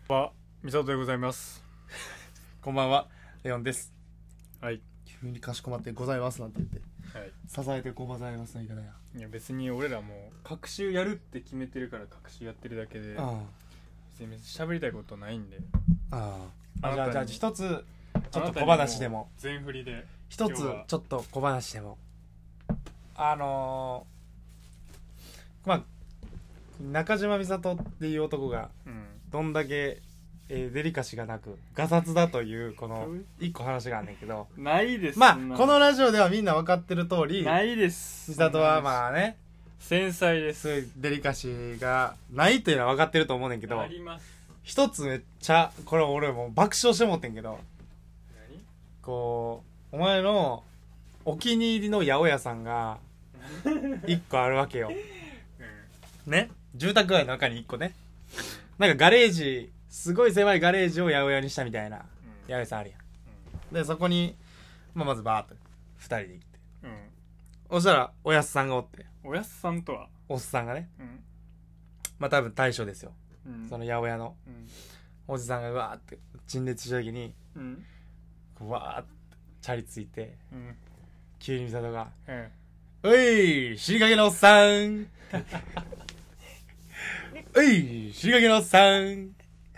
はみさとでございます。 こんばんは、レオンです。 はい。 急にかしこまってございますなんて言って、 はい。 支えてございますの言い方や。 いや別に俺らも隔週やるって決めてるから隔週やってるだけで、別に喋りたいことないんで。 じゃあ一つちょっと小話でも。 全振りで。 一つちょっと小話でも。中島美里っていう男がどんだけ、デリカシーがなくガサツだというこの一個話があんねんけど、 ないです。 このラジオではみんな分かってる通り、 ないです。 美里は繊細です。 そういうデリカシーがないというのは分かってると思うねんけど、 あります。 一つめっちゃこれ俺もう爆笑してもってんけど、こうお前のお気に入りの八百屋さんが一個あるわけよ、ね、住宅街の中に一個ね、なんかガレージ、すごい狭いガレージを八百屋にしたみたいな八百屋さんあるやん。でそこに、まずバーッと2人で行って、そしたらおやすさんがおって、 おやすさんとはおっさんがね、多分大将ですよ、その八百屋の、おじさんがうわーって陳列した時に、こうわーってチャリついて、急に美里が、おい死にかけのおっさんおい死にかけのおっさん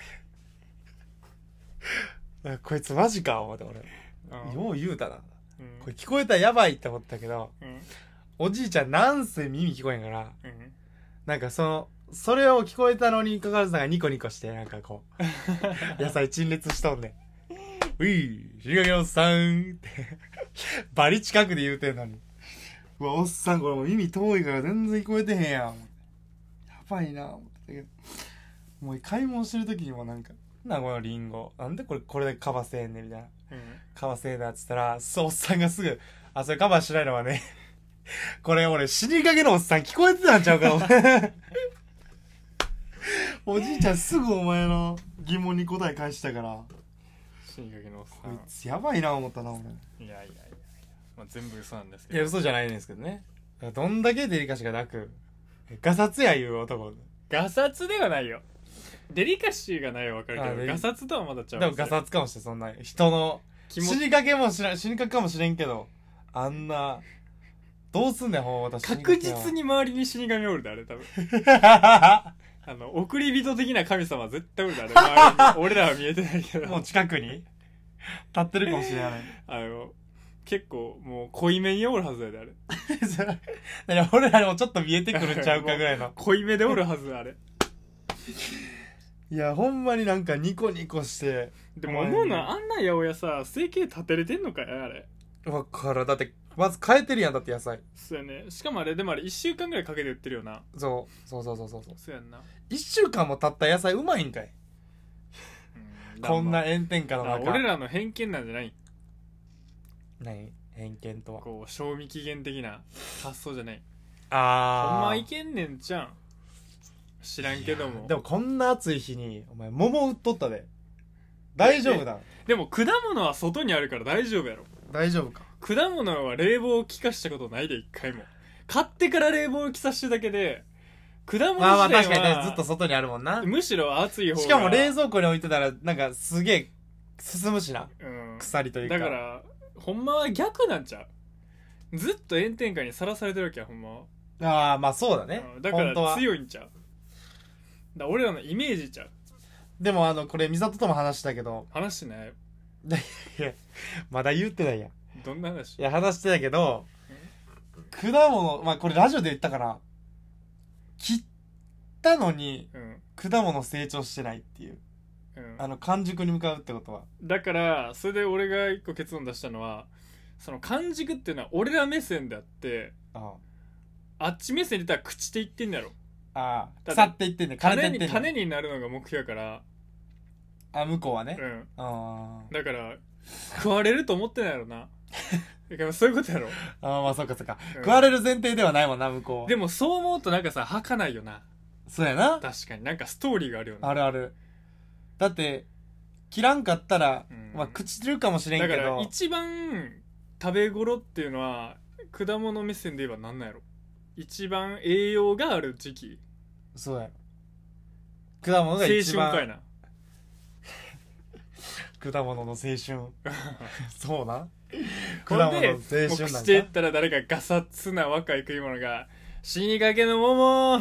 こいつマジか思って俺、よう言うたな、これ聞こえたらやばいって思ったけど、おじいちゃんなんせ耳聞こえんから、なんかそれを聞こえたのにかかわらずなんかニコニコしてなんかこう野菜陳列しとんねん。うい死にかけのおっさんってバリ近くで言うてんのに、うわおっさんこれもう耳遠いから全然聞こえてへんやん、やばいな思ったけど、もう買い物してる時にもなんかこのリンゴなんでこれでカバーせえんねんみたいな、カバーせえなっつったら、おっさんがすぐ、それカバーしないのはねこれ俺死にかけのおっさん聞こえてたんちゃうかおじいちゃんすぐお前の疑問に答え返したから、 死にかけのおっさん、 こいつやばいな思ったな俺。 いや、全部嘘なんですけど。 いや嘘じゃないんですけどね、どんだけデリカシーがなくガサツや言う男。 ガサツではないよ、デリカシーがないは分かるけど、ガサツとはまだちゃう。 でもガサツかもしれん、そんな人の死にかけかもしれんけど、あんなどうすんねんほんま。 確実に周りに死神おるであれ多分送り人的な神様は絶対おるであれ周りに俺らは見えてないけどもう近くに立ってるかもしれない結構もう濃いめにおるはずやであれ俺らにもちょっと見えてくるんちゃうかぐらいの濃いめでおるはずあれいやほんまになんかニコニコして。 でも思うのは、あんな八百屋さ生計立てれてんのかよあれ。 わからだってまず変えてるやん、だって野菜。 そうやね。しかもあれでも1週間ぐらいかけて売ってるよな。 そうそうやんな。 1週間も経った野菜うまいんかい、こんな炎天下の中。 俺らの偏見なんじゃない？ 何偏見とは、 こう賞味期限的な発想じゃない。ほんまいけんねんじゃん、知らんけども。 でもこんな暑い日にお前桃売っとったで、大丈夫だ。 でも果物は外にあるから大丈夫やろ。 大丈夫か。 果物は冷房を効かしたことないで、一回も。買ってから冷房を効かしてるだけで、果物自体は確かにずっと外にあるもんな。 むしろ暑い方が。 しかも冷蔵庫に置いてたらなんかすげえ進むしな、鎖というか。 だからほんまは逆なんちゃう。ずっと炎天下にさらされてるわけや、ほんまは。 まあそうだね、 だから強いんちゃう。だ俺らのイメージちゃう。 でもこれ美里とも話したけど。 話してない。 いやまだ言ってないやん。 どんな話？ いや話してたけど、果物これラジオで言ったから、切ったのに、果物成長してないっていう、完熟に向かうってことは。 だからそれで俺が一個結論出したのは、その完熟っていうのは俺ら目線であって、あっち目線で言ったら朽ちていってんだろ。 腐っていってんね、枯れていってんね。 種になるのが目標やから。 向こうはね。 だから食われると思ってないやろな。だからそういうことやろ。 そうか、食われる前提ではないもんな向こうは。 でもそう思うとなんかさ、儚いよな。 そうやな。 確かになんかストーリーがあるよな。 あるある。だって切らんかったら、朽ちてるかもしれんけど。 だから一番食べ頃っていうのは果物目線で言えばなんなんやろ。一番栄養がある時期。 そうやろ。果物が一番青春かいな。 果物の青春そうな果物の青春なんか目していったら誰かガサツな若い食い物が死にかけの桃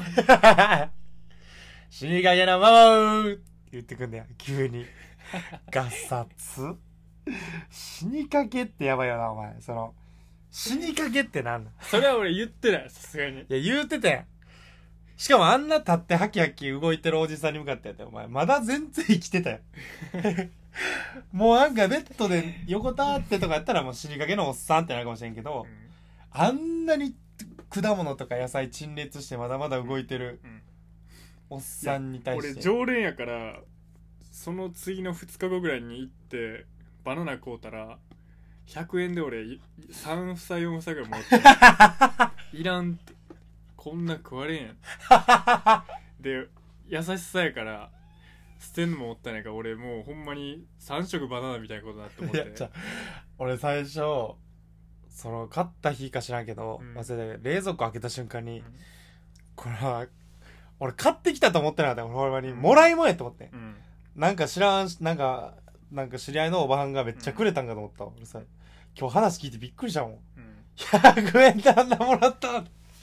死にかけの桃って言ってくんだよ急にガサツ死にかけってやばいよなお前その死にかけってなんだそれは俺言ってないさすがに。 いや言うてたやん。しかもあんな立ってハキハキ動いてるおじさんに向かってやったよお前まだ全然生きてたよもうなんかベッドで横たわってとかやったらもう死にかけのおっさんってなるかもしれんけど、あんなに果物とか野菜陳列してまだまだ動いてるおっさんに対して、 俺常連やからその次の2日後ぐらいに行ってバナナ買うたら100円で俺3房4房ぐらいもらっていらんってこんな食われんやんで優しさやから捨てんのももったいないから俺もうほんまに3食バナナみたいなことだって思って。いやじゃ俺最初その買った日か知らんけど、忘れて冷蔵庫開けた瞬間に、これは俺買ってきたと思ってなかったよほんまに、もらいもんやと思って、なんか知らんなんか知り合いのおばはんがめっちゃくれたんかと思った、俺さ今日話聞いてびっくりしたもん、100円であんなもらった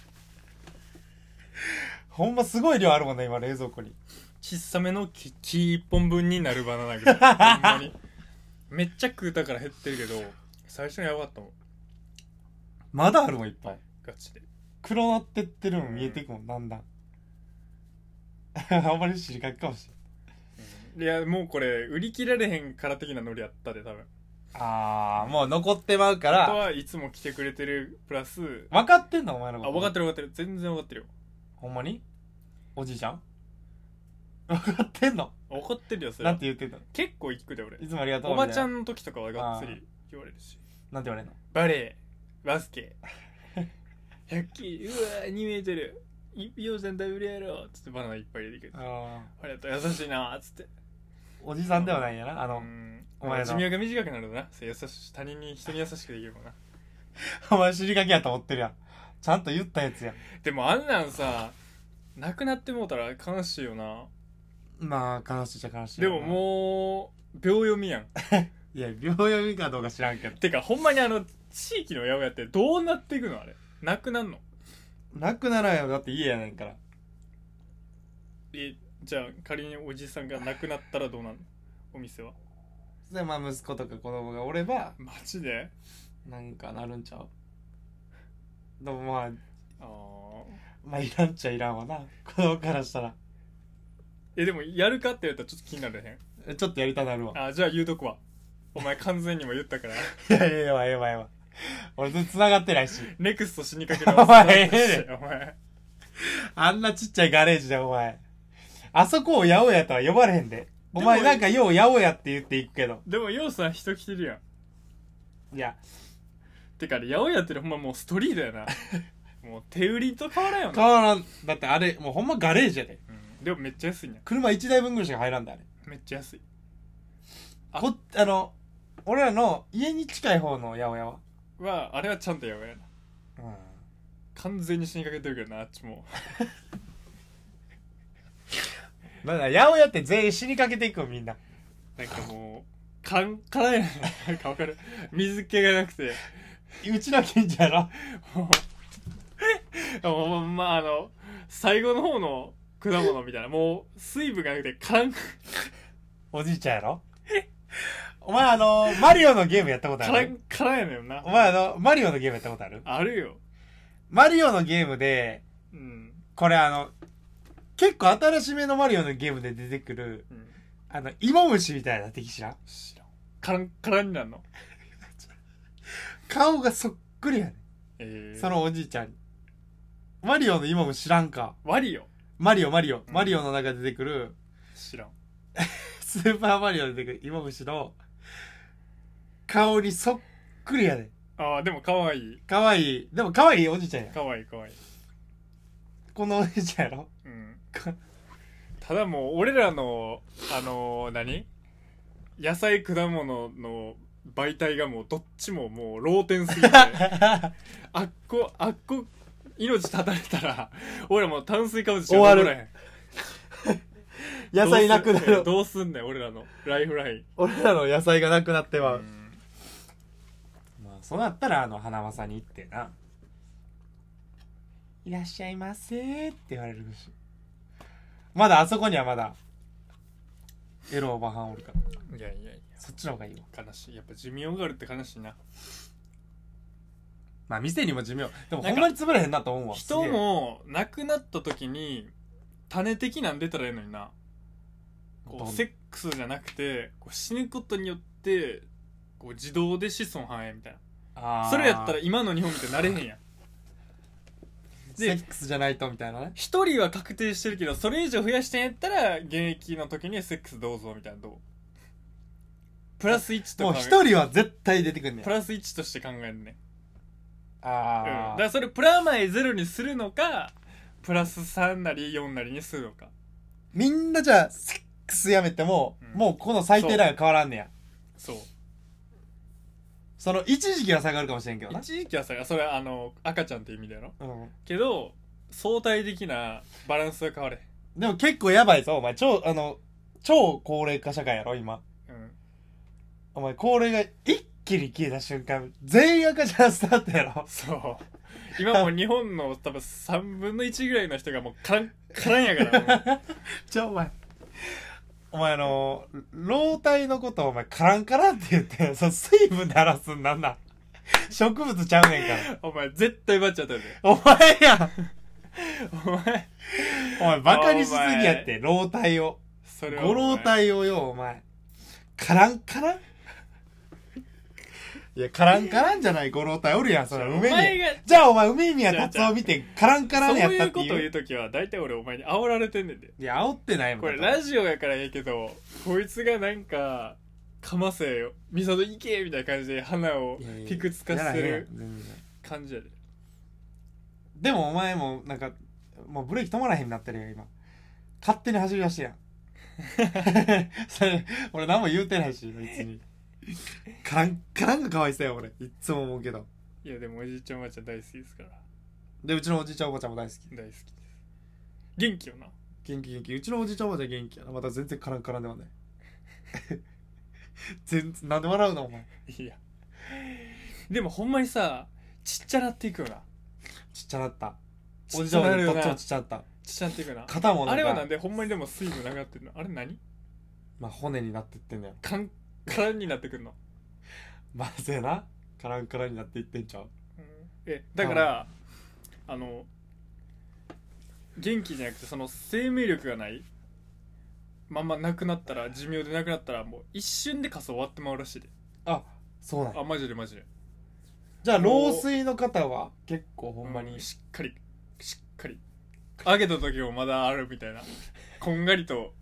ほんますごい量あるもんね今冷蔵庫に。 小さめの木1本分になるバナナぐらいほんまにめっちゃ食うたから減ってるけど最初にやばかったもん。 まだあるもんいっぱいガチで黒なってってるの見えていくもん、だんだんあんまり知りかけかもしれん、いやもうこれ売り切られへんから的なノリやったで多分。 ああもう残ってまうからあとはいつも来てくれてるプラス分かってんのお前のこと。 あ分かってる分かってる全然分かってるよ。 ほんまにおじいちゃん分かってんの。 分かってるよそれ。 なんて言ってたの。 結構行くで俺いつもありがとう。 おばちゃんの時とかはがっつり言われるし。 なんて言われるの。 バレーバスケ100キうわ2メートル1秒線食べるやろつってバナナいっぱい入れてくれて、ありがとう優しいなつって。 おじさんではないんやなお前の寿命が短くなるとな優しい他人に人に優しくできるもんなお前知りかけやと思ってるやん。ちゃんと言ったやつや。 でもあんなんさ亡くなってもうたら悲しいよな。 まあ悲しいじゃ悲しい。 でももう秒読みやんいや秒読みかどうか知らんけど。 てかほんまに地域の八百屋ってどうなっていくのあれ。なくなんの。 なくならんよだって家やねんから。 じゃあ仮におじさんが亡くなったらどうなんのお店は。 でまあ息子とか子供がおればマジでなんかなるんちゃう。でもまあまあいらんっちゃいらんわな子供からしたら。 でもやるかって言ったらちょっと気になるへん。ちょっとやりたなるわ。 じゃあ言うとこはお前完全にも言ったからいやええわええわええわ俺全然繋がってないしネクスト死にかけるお前お前あんなちっちゃいガレージでお前あそこを八百屋とは呼ばれへんで。お前なんかよう八百屋って言っていくけど。 でもようさん人来てるやん。いやてか八百屋ってほんまもうストリートやなもう手売りと変わらんよな。 変わらん。だってあれもうほんまガレージやで、 でもめっちゃ安いんや。 車1台分ぐらいしか入らんだあれ。 めっちゃ安い。 俺らの家に近い方の八百屋はあれはちゃんと八百屋やな。完全に死にかけてるけどなあっちもだから八百屋って全員死にかけていくよみんな。 なんかもう辛いなんか分かる水気がなくてうちの近所やろもうまあ最後の方の果物みたいなもう水分がなくておじいちゃんやろお前マリオのゲームやったことある。 辛いやねんな。 お前マリオのゲームやったことある。 あるよ。 マリオのゲームで、これ結構新しめのマリオのゲームで出てくる、芋虫みたいな敵知らん。 カラになるの顔がそっくりやねん、そのおじいちゃんに。マリオの芋虫知らんか。マリオの中で出てくる知らんスーパーマリオで出てくる芋虫の顔にそっくりやねん。 でもかわいい。 でもかわいいおじいちゃんや。 かわいいこのおじいちゃんやろ。 ただもう俺らの野菜果物の媒体がもうどっちももうローテンすぎてあっこ命絶たれたら俺らもう炭水化物しか残らへん野菜なくなる。 どうすんねん俺らのライフライン。 俺らの野菜がなくなってまう。まあそうなったら花正に行ってな、いらっしゃいませーって言われるし、まだあそこにはまだエロおばはんおるから。 いやいやいや、 そっちの方がいいわ。 悲しい。やっぱ寿命があるって悲しいな。 まあ店にも寿命でもほんまに潰れへんなと思うわ。 人も亡くなった時に種的なん出たらええのにな。こうセックスじゃなくてこう死ぬことによってこう自動で子孫繁栄みたいな。それやったら今の日本みたいになれへんやん。 セックスじゃないとみたいなね。 一人は確定してるけどそれ以上増やしてんやったら現役の時にセックスどうぞみたいな。どうプラス1とかもう一人は絶対出てくんねん。 プラス1として考えるね。 ああ、 だからそれプラマイゼロにするのかプラス3なり4なりにするのか。 みんなじゃあセックスやめても、もうこの最低ラインが変わらんねや。 そう。 その一時期は下がるかもしれんけどな。 一時期はさ、それは赤ちゃんって意味だよ、けど相対的なバランスが変われ。 でも結構やばいぞお前。超高齢化社会やろ今。お前高齢が一気に消えた瞬間全員赤ちゃんスタートやろ。 そう今もう日本の多分3分の1ぐらいの人がもうカランカランやからお前老体のことをお前カランカランって言ってその水分で表すんなんなん植物ちゃうねんからお前絶対バッチャったで。 お前やんお前バカにしすぎやって。老体をそれはご老体をよお前カランカランいやカランカランじゃないご老体おるやん。それ梅宮じゃあお前梅宮達夫見てカランカランやったってそういうことを言うときは大体俺お前に煽られてんねんで。 いや煽ってないもん。 これラジオやからええけどこいつがなんかかませよミサド行けみたいな感じで鼻をピクつかせてる感じやで。 でもお前もなんかもうブレーキ止まらへんなってるよ今。勝手に走り出してやんそれ俺何も言うてないし別にカランカランがかわいそうや俺いっつも思うけど。 いやでもおじいちゃんおばあちゃん大好きですから。 でうちのおじいちゃんおばあちゃんも大好き。 大好きです。元気よな。 元気元気。うちのおじいちゃんおばあちゃん元気やな。また全然カランカランではない全然なんで笑うのお前。 いやでもほんまにさちっちゃなっていくよな。 ちっちゃなった。 おじいちゃんおばあちゃんどっちもちっちゃなった。 ちっちゃなっていくな。 肩もなんかあれはなんでほんまにでも水分なくなってるの。あれ何。 まあ骨になってってんだよ。 カンカランになってくるの。 まずやなカランカランになっていってんちゃう。 だから元気じゃなくてその生命力がないまんまなくなったら寿命でなくなったらもう一瞬でカス終わってまうらしいで。 あそうなんや。 あマジでマジで。 じゃあ老衰の方は結構ほんまに、 しっかり揚げた時もまだあるみたいな。こんがりと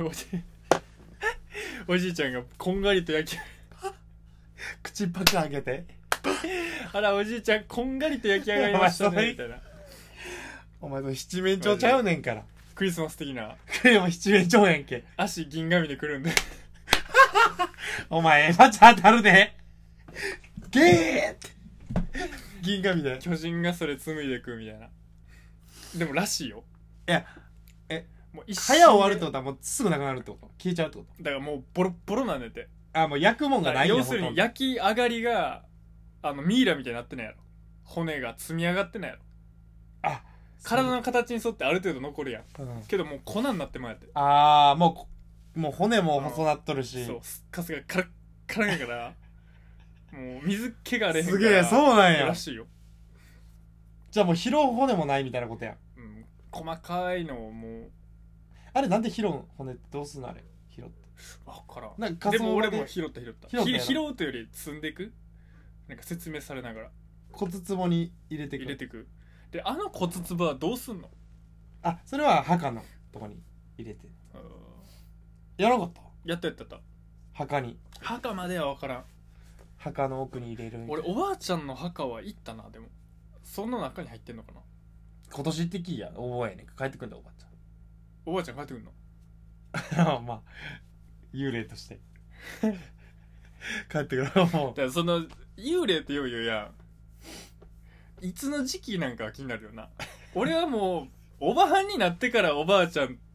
おじいちゃんがこんがりと焼き口パク開けてあらおじいちゃんこんがりと焼き上がりましたねみたいな。 お前と七面鳥ちゃうねんから。 クリスマス的な。 でも七面鳥やんけ。 足銀紙でくるんでお前マジ当たるでゲーって銀紙で巨人がそれ紡いでくみたいな。でもらしいよ。 いやもう一早終わるってことはもうすぐなくなるってこと。消えちゃうってことだからもうボロッボロなんでて。 もう焼くもんがないんや。 要するに焼き上がりがミイラみたいになってないやろ。骨が積み上がってないやろ。体の形に沿ってある程度残るやん、けどもう粉になってまうやって。 もう骨も細なっとるし、 そうカスがカラッカランやからもう水気があれへんから。 すげえそうなんやらしいよ。 じゃあもう拾う骨もないみたいなことやん。 細かいのをもうあれなんで拾う骨どうすんのあれ拾って分からん。 なんかでも俺も拾った拾うというより積んでいく。なんか説明されながら骨壺に入れてく。 で骨壺はどうすんの。 それは墓のとこに入れて。やらなかった。 やった墓までは分からん。 墓の奥に入れる。 俺おばあちゃんの墓は行ったな。でもその中に入ってんのかな。 今年行ってきいや。覚えね帰ってくんだおばあちゃん。 おばあちゃん帰ってくんのまあ幽霊として帰ってくる。もうだからその幽霊ってよう言うやん。いつの時期なんかは気になるよな俺はもうおばはんになってからおばあちゃん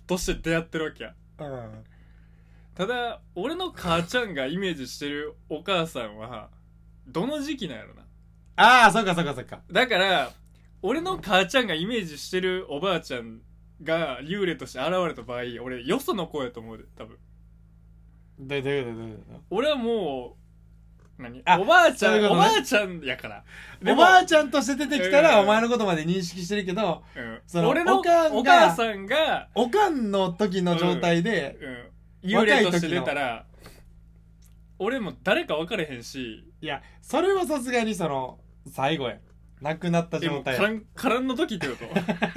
として出会ってるわけや。ただ俺の母ちゃんがイメージしてるお母さんはどの時期なんやろな。 ああ、そっかそっかそっか。 だから俺の母ちゃんがイメージしてるおばあちゃんが幽霊として現れた場合、俺よその子やと思うで多分。 どういうこと俺はもうおばあちゃん、おばあちゃんやから。 おばあちゃんとして出てきたらお前のことまで認識してるけど、 その俺のお母さんがおかんの時の状態で、 幽霊として出たら俺も誰か分かれへんし。 いやそれはさすがにその最後や亡くなった状態からんの時ってこと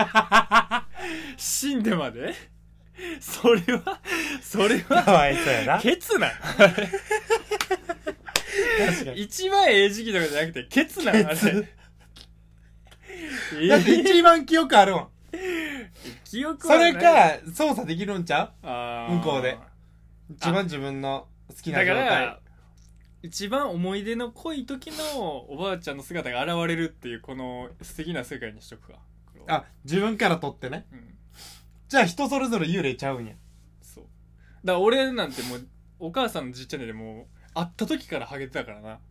死んでまでそれはかわいそうやな。 ケツな一番ええ時期とかじゃなくてケツなあれだって一番記憶あるわ。 記憶はそれか操作できるんちゃう向こうで一番自分の好きな状態。 だから一番思い出の濃い時のおばあちゃんの姿が現れるっていうこの素敵な世界にしとくか。 あ、自分から撮ってね、じゃあ人それぞれ幽霊ちゃうんや。 そうだから俺なんてもうお母さんのじっちゃんでもう会った時からハゲてたからな。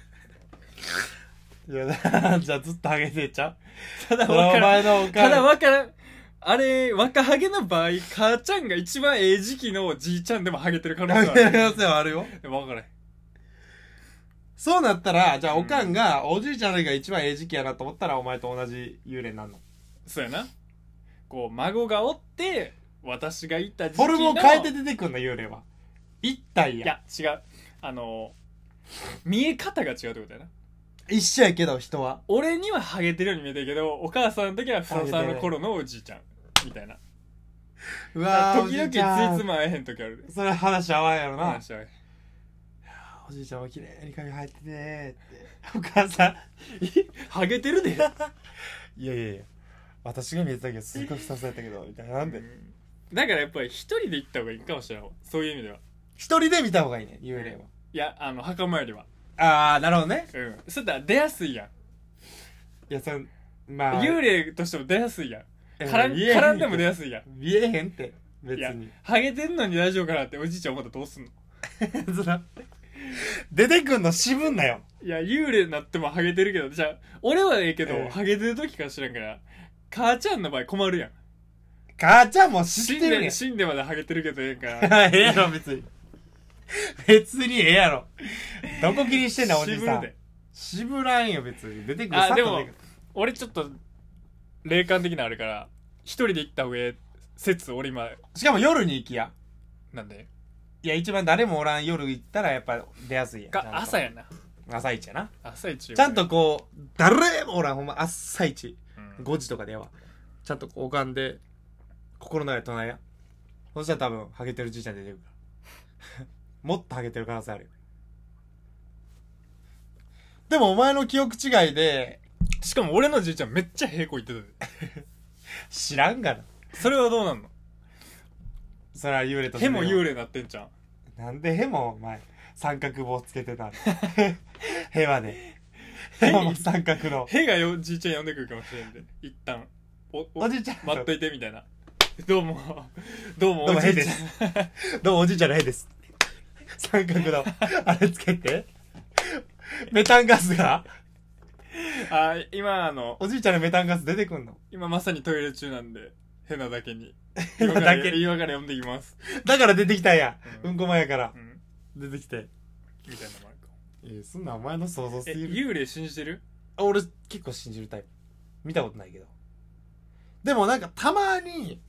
いやじゃあずっとハゲてちゃう。 ただ分からん。ただ分からん。あれ若ハゲの場合母ちゃんが一番ええ時期のじいちゃんでもハゲてる可能性はある。 可能性はあるよ。 分からん。 そうなったらじゃあおかんがおじいちゃんが一番ええ時期やなと思ったらお前と同じ幽霊になるの。 そうやな。こう孫がおって私がいた時期のフォルムを変えて出てくんの幽霊は一体や。 いや違う、見え方が違うってことやな。 一緒やけど人は俺にはハゲてるように見えてるけどお母さんの時はふさふさの頃のおじいちゃんみたいな。 うわー時々ついつま合えへん時あるで。 それ話合わんやろな。 話合えへん。 おじいちゃんは綺麗に髪生えててーってお母さんハゲてるで。 いや私が見えてたけどすごいふさふさやったけどみたいな。なんでだからやっぱり一人で行った方がいいかもしれない。そういう意味では一人で見た方がいいね幽霊は。 いや墓参りはなるほどね。 そしたら出やすいやん。 いやまあ幽霊としても出やすいやん。絡んでも出やすいやん。 見えへんって別に。 いやハゲてんのに大丈夫かなっておじいちゃん思ったらどうすんの。 出てくんの渋んなよ。 いや幽霊になってもハゲてるけど、じゃあ俺はええけど、ハゲてる時から知らんから母ちゃんの場合困るやん。 母ちゃんも知ってるやん。 死んでまでハゲてるけどええからええやろ別に。別にええやろ。どこ切りしてんだおじさん。渋らんよ別に。出てくる。 でも俺ちょっと霊感的なあるから一人で行った方がええ説俺今。 しかも夜に行きや。 なんで。 いや一番誰もおらん夜行ったらやっぱ出やすいやん。 朝やな。 朝一やな。 朝一ちゃんとこう誰もおらんほんま朝一、5時とかでやわ。ちゃんとこう拝んで心の中で唱えや。そしたら多分ハゲてるじいちゃん出てくるからもっとハゲてる可能性あるよ。でもお前の記憶違いで、 しかも俺のじいちゃんめっちゃ平行言ってたで。 知らんがな。 それはどうなんの。 それは幽霊とへも幽霊なってんじゃん。 なんでへもお前三角棒つけてたのへまでへも三角のへがじいちゃん呼んでくるかもしれんで。一旦おじいちゃん待っといてみたいな。どうもおじいちゃんどうもおじいちゃんのへです三角のあれつけてメタンガスが今おじいちゃんのメタンガス出てくんの。 今まさにトイレ中なんでヘナだけに今から呼んできます。 だから出てきたんや、うんこ前やから、出てきてみたいなのもあるか。 そんなお前の想像すぎる。 幽霊信じてる？ 俺結構信じるタイプ。見たことないけど。でもなんかたまに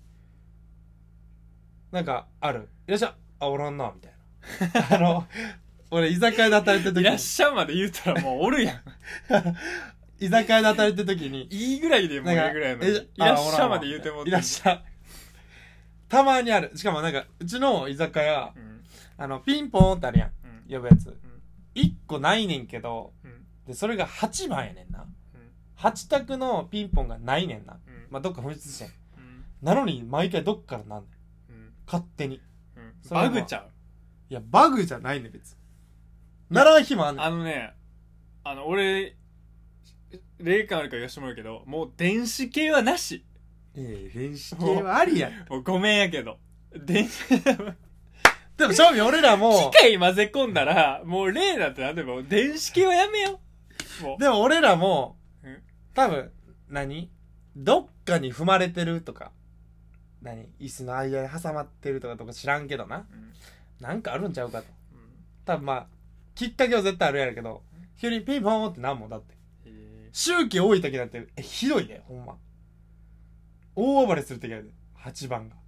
なんかある。いらっしゃおらんなみたいな俺居酒屋で働いてる時にいらっしゃまで言うたらもうおるやん居酒屋で働いてる時にいいぐらいでもういいぐらいのいらっしゃまで言うてもいらっしゃたまにある。しかもなんかうちの居酒屋、ピンポーンってあるやん、呼ぶやつ、1個ないねんけど、でそれが8番やねんな、8択のピンポンがないねんな、まあどっか紛失してん、なのに毎回どっからなんねん、勝手に、 バグちゃう。 いやバグじゃないねん別に。ならん日もあんねん。 俺霊感あるから言わしてもらうけど、もう電子系はなし。 電子系はありやん。 もうごめんやけど電子でも正味俺らも機械混ぜ込んだらもう例だって例えば電子系はやめよう。もうでも俺らもうん多分どっかに踏まれてるとか椅子の間に挟まってるとか知らんけどな、 うんなんかあるんちゃうかと。 うん多分まあきっかけは絶対あるやるけど、急にピンポンってなんもんだって。周期多い時なんてひどいね、ほんま。大暴れする時ある。8番が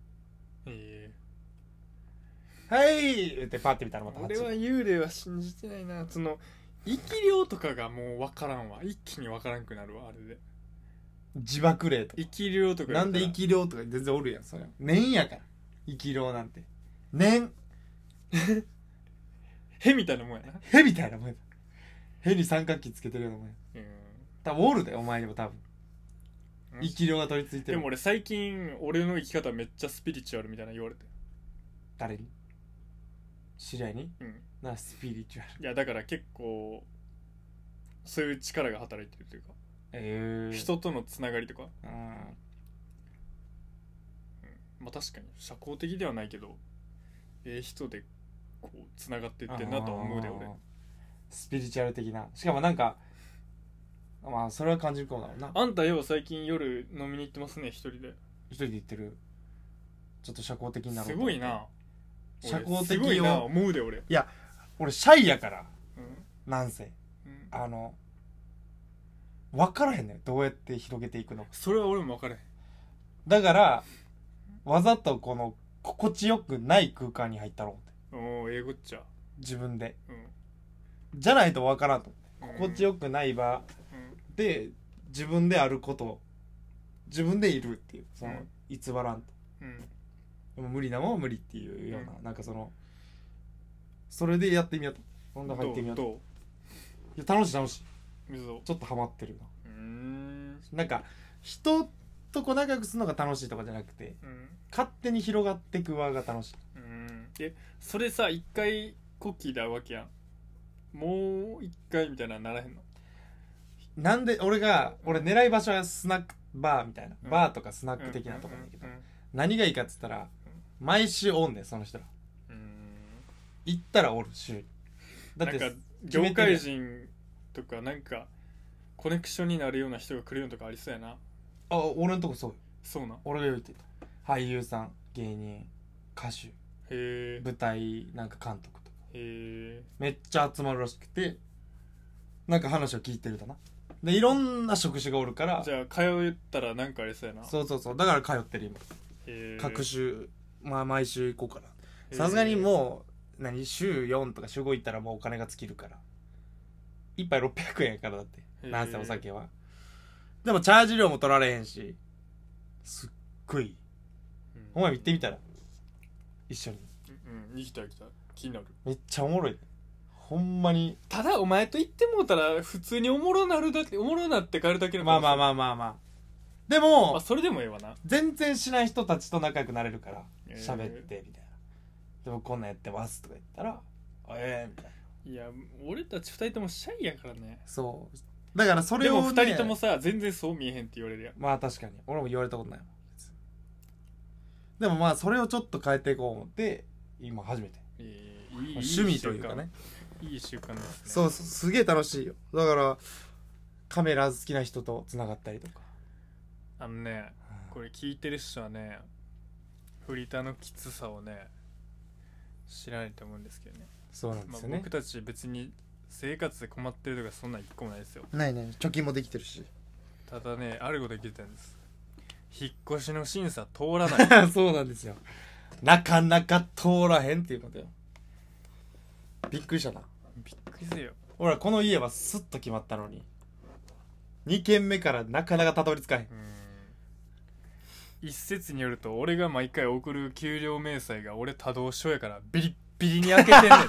はいってパッて見たらまた8番。 俺は幽霊は信じてないな。その生き量とかがもう分からんわ。一気に分からんくなるわあれで。 自爆霊とか生き量とかなんで生き量とか全然おるやんそれ。念やから生き量なんて念へみたいなもんやな。 へみたいなもんや。へに三角形つけてるようなもんや。多分おるでお前にも多分生き量が取り付いてる。 でも俺最近俺の生き方めっちゃスピリチュアルみたいな言われて。 誰に？知り合いに？ うん。 なスピリチュアル。 いやだから結構そういう力が働いてるというか、人とのつながりとか、まあ確かに社交的ではないけど人でこうつながっていってんなと思うで俺。 スピリチュアル的な。しかもなんかまあそれは感じるかもだろうな。 あんたよ最近夜飲みに行ってますね一人で。 一人で行ってる。ちょっと社交的になろうと。 すごいな。 社交的すごいなを思うで俺。 いや俺シャイやから、なんせ分からへんねんどうやって広げていくのか。 それは俺も分からへん。 だからわざとこの心地よくない空間に入ったろうって。 おお英語っちゃ自分で、じゃないと分からんと思って。心地よくない場で自分であること自分でいるっていうその偽らんと、でも無理なもんは無理っていうような、なんかそれでやってみようと。ほんと入ってみようと。いや楽しい楽しい。ちょっとハマってるな。なんか人とこう仲良くするのが楽しいとかじゃなくて、勝手に広がっていく輪が楽しい。 それさ一回コッキーで会うわけやん。もう一回みたいなならへんの？ なんで俺狙い場所はスナックバーみたいな、バーとかスナック的なとこなんだけど、何がいいかっつったら毎週おんねんその人ら。行ったらおる週。だってなんか業界人とかなんかコネクションになるような人が来るようなとかありそうやな。 あ、俺のとこそう。 そうな。 俺が言ってた。俳優さん、芸人、歌手、舞台なんか監督とかめっちゃ集まるらしくて、なんか話を聞いてるとな。でいろんな職種がおるから。 じゃあ通ったらなんかありそうやな。 そうだから通ってる今。各週毎週行こうかな。さすがにもう週4とか週5行ったらもうお金が尽きるから。1杯600円やからだって。なんせお酒は。でもチャージ料も取られへんし、すっごい。お前行ってみたら一緒に。 行きたい気になる。 めっちゃおもろい。ほんまに。 ただお前と行ってもうたら普通におもろなって帰るだけの。 まあでも、 それでもええわな。 全然しない人たちと仲良くなれるから喋ってみたいな。でもこんなんやってますとか言ったらみたいな。 いや俺たち2人ともシャイやからね。 そうだからそれを、ね、 でも2人ともさ全然そう見えへんって言われるやん。 まあ確かに俺も言われたことないもん。でもまあそれをちょっと変えていこう思って今初めて、趣味というかね、 いい習慣ですね。 そうすげえ楽しいよ。だからカメラ好きな人とつながったりとか。 これ聞いてる人はねフリーターのきつさをね知らないと思うんですけどね。 そうなんですよね。 僕たち別に生活で困ってるとかそんな一個もないですよ。 ない貯金もできてるし。 ただねあることできてるんです。引っ越しの審査通らないそうなんですよ。なかなか通らへんっていうことよ。びっくりしたな。 びっくりせよ。 俺らこの家はスッと決まったのに2軒目からなかなかたどり着かへん。 一説によると俺が毎回送る給料明細が俺多動症やからビリッビリに開けてんねん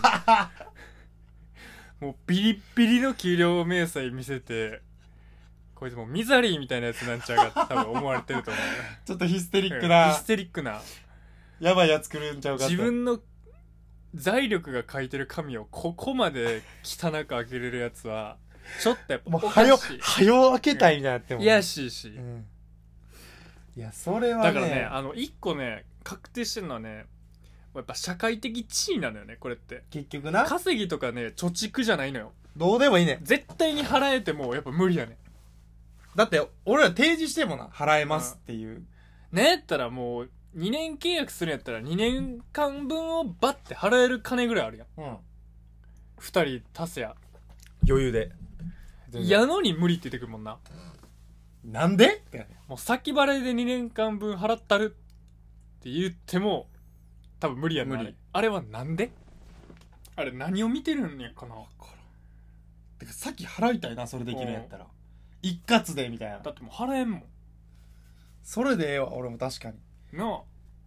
もうビリッビリの給料明細見せてこいつもうミザリーみたいなやつなんちゃうかって多分思われてると思うちょっとヒステリックな、 ヒステリックなやばいやつ来るんちゃうかって。 自分の財力が書いてる紙をここまで汚く開けれるやつはちょっとやっぱおかしい。 はよ開けたいみたいになってもいやしいし、 いやそれはねだからね一個ね確定してるのはねやっぱ社会的地位なのよねこれって。 結局な稼ぎとかね貯蓄じゃないのよ。 どうでもいいね。 絶対に払えてもやっぱ無理やね。 だって俺ら提示してもな払えますっていう、 ねやったらもう2年契約するんやったら2年間分をバッて払える金ぐらいあるやん。2人足せや余裕で。 やのに無理って言ってくるもんな。 なんでもう先払いで2年間分払ったるって言っても多分無理やんな。 無理。 あれはなんであれ何を見てるんやかな。 てか先払いたいなそれできるんやったら一括でみたいな。 だってもう払えんもん。 それでええわ俺も確かになあ。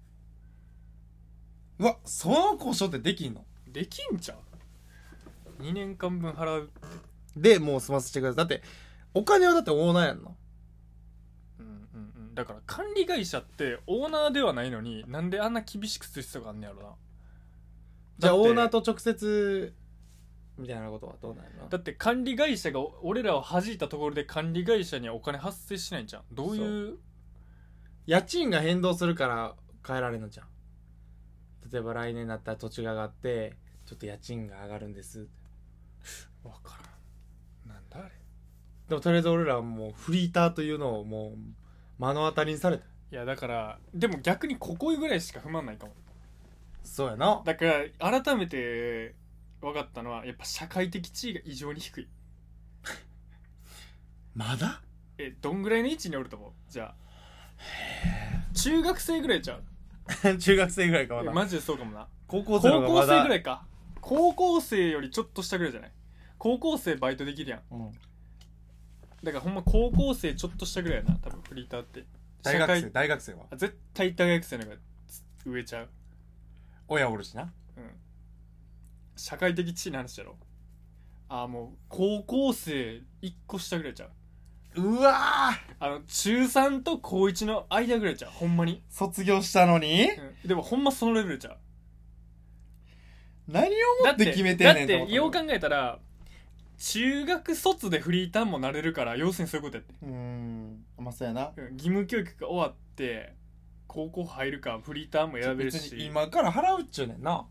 うわその交渉ってできんの？ できんじゃん。2年間分払うでもう済ませてください。だってお金はだってオーナーやんな。 だから管理会社ってオーナーではないのになんであんな厳しくする必要があんねやろな。 じゃあオーナーと直接みたいなことはどうなんやろな。 だって管理会社が俺らを弾いたところで管理会社にはお金発生しないんじゃん。どういう。 家賃が変動するから変えられるのじゃん。例えば来年になったら土地が上がってちょっと家賃が上がるんです分からん。なんだあれ。 でもとりあえず俺らはもうフリーターというのをもう目の当たりにされた。 いやだからでも逆にここぐらいしか不満ないかも。 そうやな。 だから改めて分かったのはやっぱ社会的地位が異常に低い。 まだどんぐらいの位置におると思う。じゃあ中学生ぐらいちゃう中学生ぐらいか。まだマジでそうかもな。 高校生の方がまだ高校生ぐらいか。高校生よりちょっと下ぐらいじゃない。高校生バイトできるやん、だからほんま高校生ちょっと下ぐらいやな多分フリーターって。 大学生は絶対大学生の方が上ちゃう。 親おるしな。 社会的地位の話やろ。もう高校生1個下ぐらいちゃう。 うわ中3と高1の間ぐらいちゃう。ほんまに卒業したのに、 でもほんまそのレベルちゃう。 何をもって決めてんねん。 だってよう考えたら中学卒でフリーターもなれるから要するにそういうことやって。 まあそうやな。 義務教育が終わって高校入るかフリーターも選べるし。 別に今から払うっちゅうねんな。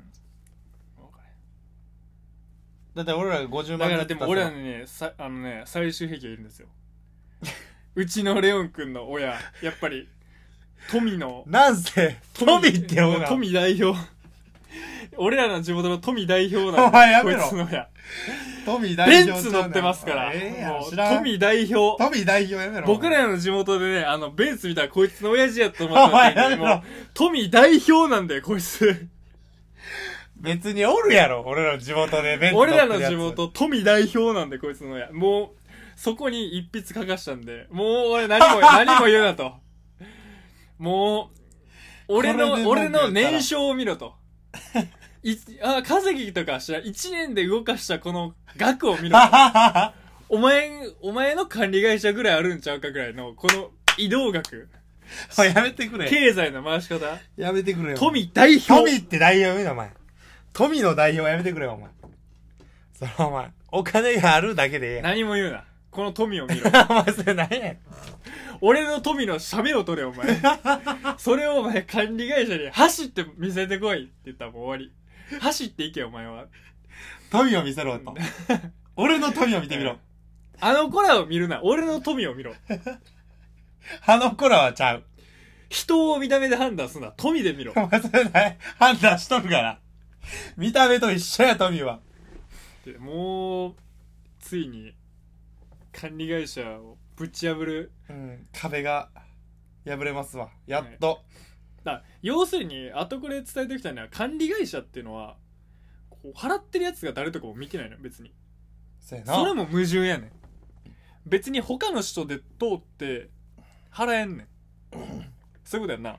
だって俺らが50万だからでも俺らね最終兵器がいるんですようちのレオン君の親やっぱり富のなんせ富って呼ぶな。 富代表俺らの地元の富代表なんお前やめろ。 こいつの親富代表ベンツ乗ってますから、 もう富代表やめろ。 僕らの地元でねベンツ見たらこいつの親父やと思ったんだけども富代表なんだよこいつ。 別におるやろ俺らの地元でベンツ乗ってるやつ。 俺らの地元富代表なんでこいつの親。もうそこに一筆書かしたんでもう俺何も言うなと。もう俺の年商を見ろと稼ぎとかしたら1年で動かしたこの額を見ろとお前の管理会社ぐらいあるんちゃうかぐらいのこの移動額やめてくれ。 経済の回し方やめてくれよ。 富代表。 富って代表見ろお前。富の代表やめてくれよお前。お前お金があるだけでええやん。 何も言うな。この富を見ろお前それ何やねん。 俺の富の写メを撮れお前それをお前管理会社に走って見せてこいって言ったらもう終わり。走っていけお前は。 富を見せろと俺の富を見てみろ。 あの子らを見るな。俺の富を見ろあの子らはちゃう。 人を見た目で判断すんな。富で見ろ。 お前それね判断しとるから見た目と一緒や富は。 でもうついに管理会社をぶち破る、 壁が破れますわやっと、 だ要するに後これ伝えておきたいのは管理会社っていうのはこう払ってるやつが誰とかも見てないの別に。 そうやな。 それも矛盾やねん。別に他の人で通って払えんねんそういうことやんな。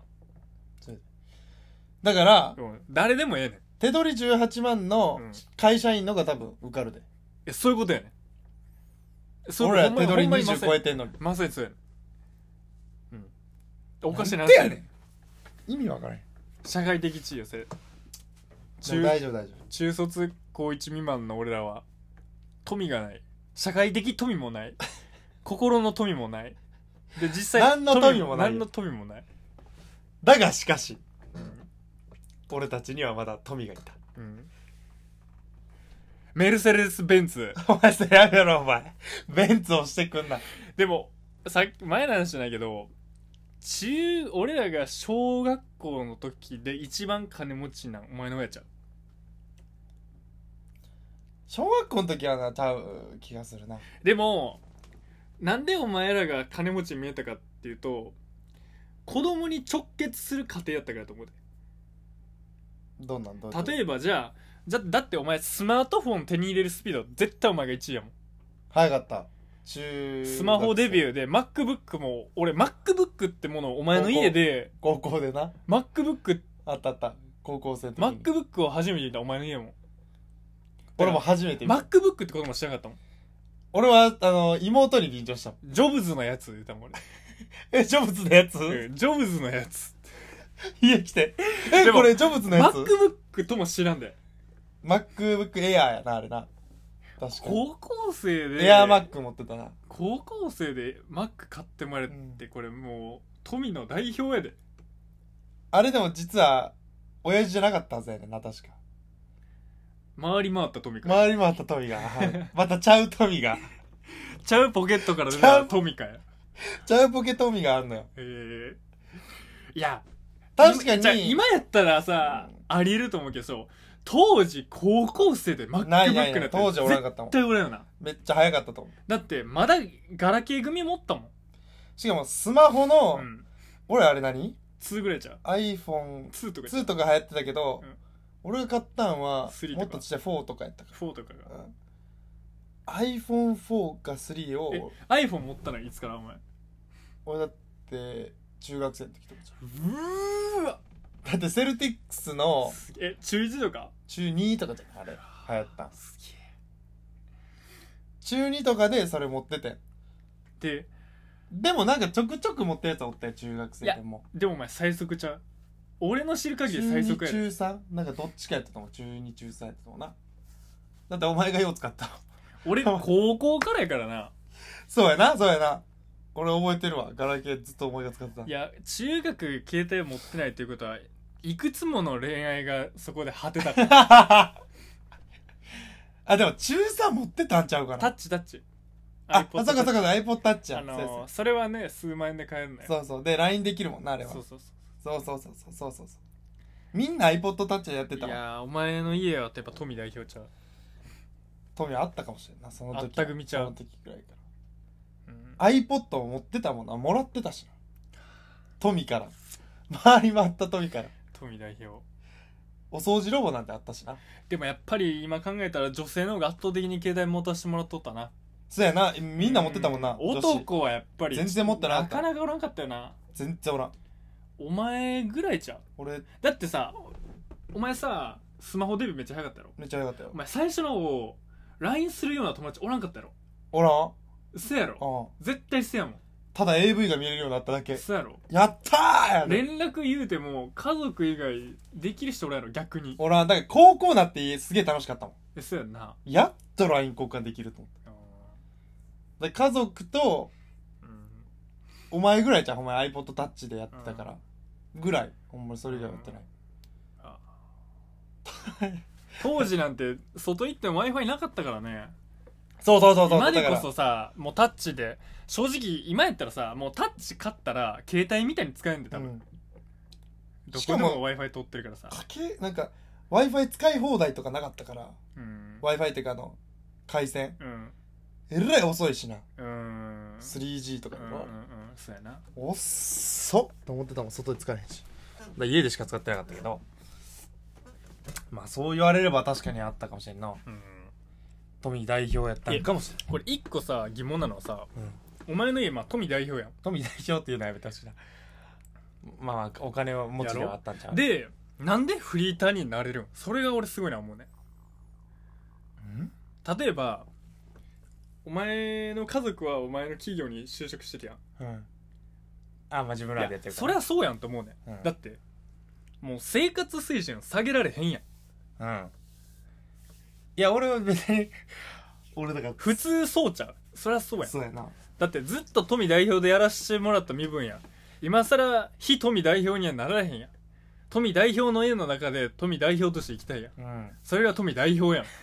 だから、 誰でもええねん。 手取り18万の会社員のが多分受かるで。 そういうことやねん。 俺ら手取り20超えてんのに。 まさにそうやねん。おかしな話やねん。意味わからへん。 社会的地位よそれ。 大丈夫。 中卒高1未満の俺らは富がない。社会的富もない。心の富もない。 で実際何の富もない何の富もない。 だがしかし、俺たちにはまだ富がいた。 メルセデス・ベンツ。 お前それやめろ、お前。ベンツをしてくんな。 でもさっき前の話じゃないけど、俺らが小学校の時で一番金持ちなんお前の親ちゃう。 小学校の時はな、ちゃう気がするな。 でもなんでお前らが金持ちに見えたかっていうと、子供に直結する家庭やったからと思うで。 どんなんどう例えばじゃあだってお前スマートフォン手に入れるスピード絶対お前が1位やもん。 早かった。 スマホデビューで MacBook も、俺 MacBook ってものをお前の家で高校でな MacBook あったあった、高校生の時に MacBook を初めて見たお前の家も。 俺も初めて見た。 MacBook ってことも知らなかったもん。 俺は妹に臨場したもん。 ジョブズのやつ言ったもん俺。 ジョブズのやつ、 ジョブズのやつ。 家来てでもこれジョブズのやつ MacBook とも知らんで。 MacBook Air やな、あれな。確かに高校生でエアーマック持ってたな。 高校生で Mac 買ってもらって、これもう富の代表やで。 あれでも実は親父じゃなかったはずやねんな、確か。 回り回った富か。 回り回った富が、はい、またちゃう富がちゃうポケットから出た富かや。 ちゃうポケ富があんのよ。 いや確かにじゃあ今やったらさ、ありえると思うけど、当時高校生で MacBook ないなんて当時おらんかったもん。 絶対おらんよな。 めっちゃ早かったと思う。 だってまだガラケー組持ったもん。 しかもスマホの、俺あれ何 2 ぐらいちゃう。 iPhone2 とか 2とか流行ってたけど、俺が買ったんは 3とかもっとちっちゃい4とかやったから。 4とかが、 iPhone4 か3を iPhone 持ったのいつからお前。 俺だって中学生の時とかじうーわ。 ゃん。だってセルティックスの中1とか中2とかじゃん、あれ流行ったん。 すげえ。 中2とかでそれ持ってて、でもなんかちょくちょく持ったやつおったよ、中学生でも。 でもお前最速ちゃう。俺の知る限り最速やで。 中2中 3？ なんかどっちかやったと思う。中2中3やったと思うな。だってお前がよう使った俺高校からやからな。 そうやな、そうやな。俺覚えてるわ、ガラケーずっとお前が使ってた。 いや中学携帯持ってないということはいくつもの恋愛がそこで果てたからあ、でも中3持ってたんちゃうかな。 タッチあ、そうかそうか、iPod タッチや。 それはね数万円で買えるのよ。 そうそう。で LINE できるもんな、あれは。そうみんな iPod タッチやってたわ。 いやお前の家はやっぱ富代表ちゃう。 富あったかもしれんな、その時。 あったくみちゃう。 その時くらいから、iPod を持ってたもんな、もらってたしな、富から。回り回った富から。 富代表。 お掃除ロボなんてあったしな。 でもやっぱり今考えたら女性の方が圧倒的に携帯持たせてもらっとったな。 そうやな、みんな持ってたもんな。 男はやっぱり全然持ってなかった。 なかなかおらんかったよな。 全然おらん。 お前ぐらいちゃう。 俺だってさ、お前さスマホデビューめっちゃ早かったやろ。 めっちゃ早かったよ。 お前最初の LINE するような友達おらんかったやろ。 おらん。 嘘やろ。絶対嘘やもん。 ただ AV が見えるようになっただけ。 嘘やろ。 やったーや連絡言うても家族以外できる人おらんやろ。逆におらん。だから高校なってすげえ楽しかったもん。 嘘やんな。 やっと LINE 交換できると思って。で家族と、お前ぐらいじゃん、お前 iPod タッチでやってたから、ぐらい。ほんまにそれ以外やってない。 当時なんて外行っても Wi-Fi なかったからね。 そう今でこそさ、もうタッチで正直今やったらさ、もうタッチ買ったら携帯みたいに使えるんで多分、どこでも Wi-Fi 通ってるからさ。 なんか Wi-Fi 使い放題とかなかったから、Wi-Fi ってか回線、えらい遅いしな。3G とかでもそうやな。 おっそっと思ってたもん、外で使えへんし。家でしか使ってなかったけど、まあそう言われれば確かにあったかもしれんな。富代表やったんかもしれん。 これ一個さ疑問なのはさ、お前の家富代表やん。 富代表っていうのはやめてほしいな。まあお金は持ちではあったんちゃう。 でなんでフリーターになれるん。それが俺すごいな思うね。例えばお前の家族はお前の企業に就職してるやん。 まあ自分らでやってるから。 そりゃそうやんと思うね。だってもう生活水準下げられへんやん。 いや俺は別に俺だから普通そうちゃう。そりゃそうやん。 そうやな。 だってずっと富代表でやらしてもらった身分や。今さら非富代表にはならへんやん。富代表の絵の中で富代表として生きたいやん、うん、それが富代表やん。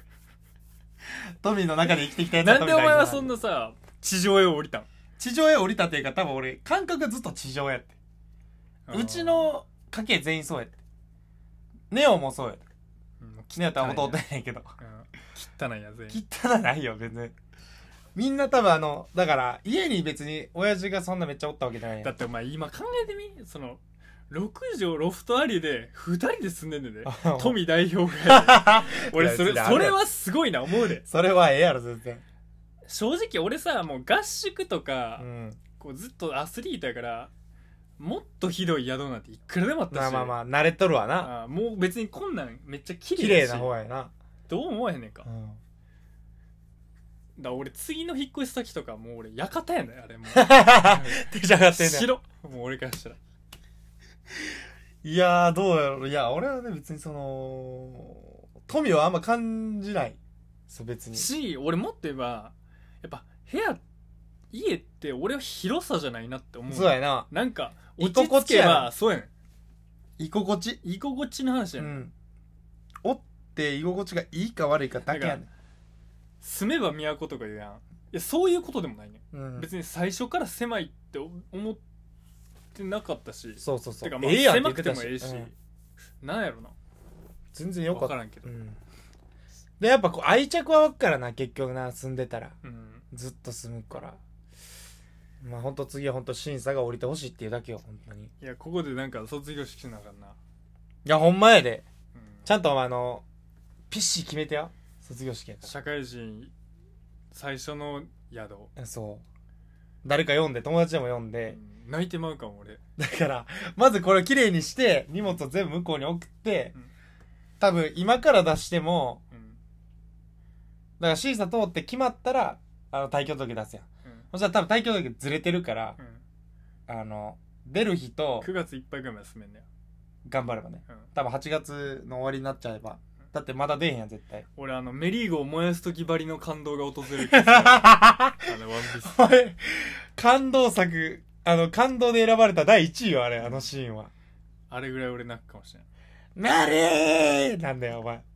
富の中で生きてきたやつはなんでお前はそんなさ地上へ降りたん？ 地上へ降りたっていうか多分俺感覚がずっと地上やって。うちの家系全員そうやって。ネオもそうやって。ネオとは弟やねんけど、 汚いや全員。 汚ないよ全然。みんな多分だから家に別に親父がそんなめっちゃおったわけじゃないやん。 だってお前今考えてみ、その6畳ロフトありで2人で住んでんねんで富代表が俺それはすごいな思うで。 それはええやろ全然。 正直俺さもう合宿とか、うん、こうずっとアスリートやからもっとひどい宿なんていくらでもあったし、 まあ慣れとるわな。 もう別にこんなんめっちゃ綺麗な方やな。 どう思わへんねんか、うん、だ俺次の引っ越し先とかもう俺館やねんあれもう手じゃがってんねん。 白もう俺からしたらいやーどうやろう。いや俺はね別にその富はあんま感じない別にし、俺もっと言えばやっぱ家って俺は広さじゃないなって思う。 そうやな。 なんか落ち着けばそうやねん。居心地の話やねん、うん、 おって居心地がいいか悪いかだけやねん。 住めば都とか言うやん。いやそういうことでもないね、うん、別に最初から狭いって思ってなかったし。 そうてかまあ狭くてもええし、なんやろな全然よかった。 分からんけど、うん、 でやっぱこう愛着は湧くからな結局な住んでたら、うん、ずっと住むから。まあ本当次は本当審査が降りてほしいっていうだけよ本当に。 いやここでなんか卒業式しなあかんな。いやほんまやで、うん、ちゃんとピッシー決めてよ卒業式やから。 社会人最初の宿。 そう誰か読んで友達でも読んで、 うん、泣いてまうかも俺。 だからまずこれをきれいにして荷物を全部向こうに送って、うん、多分今から出しても、うん、だから審査通って決まったら退去届出すやん、うん、そしたら多分退去届ずれてるから、うん、出る日と 9月いっぱいぐらいまで住めんだよ頑張ればね、うん、多分8月の終わりになっちゃえば、だってまだ出へんやん絶対。 俺メリーゴを燃やす時ばりの感動が訪れるワンピース感動作感動で選ばれた第1位よあれ、シーンは。 あれぐらい俺泣くかもしれない。なれーなんだよお前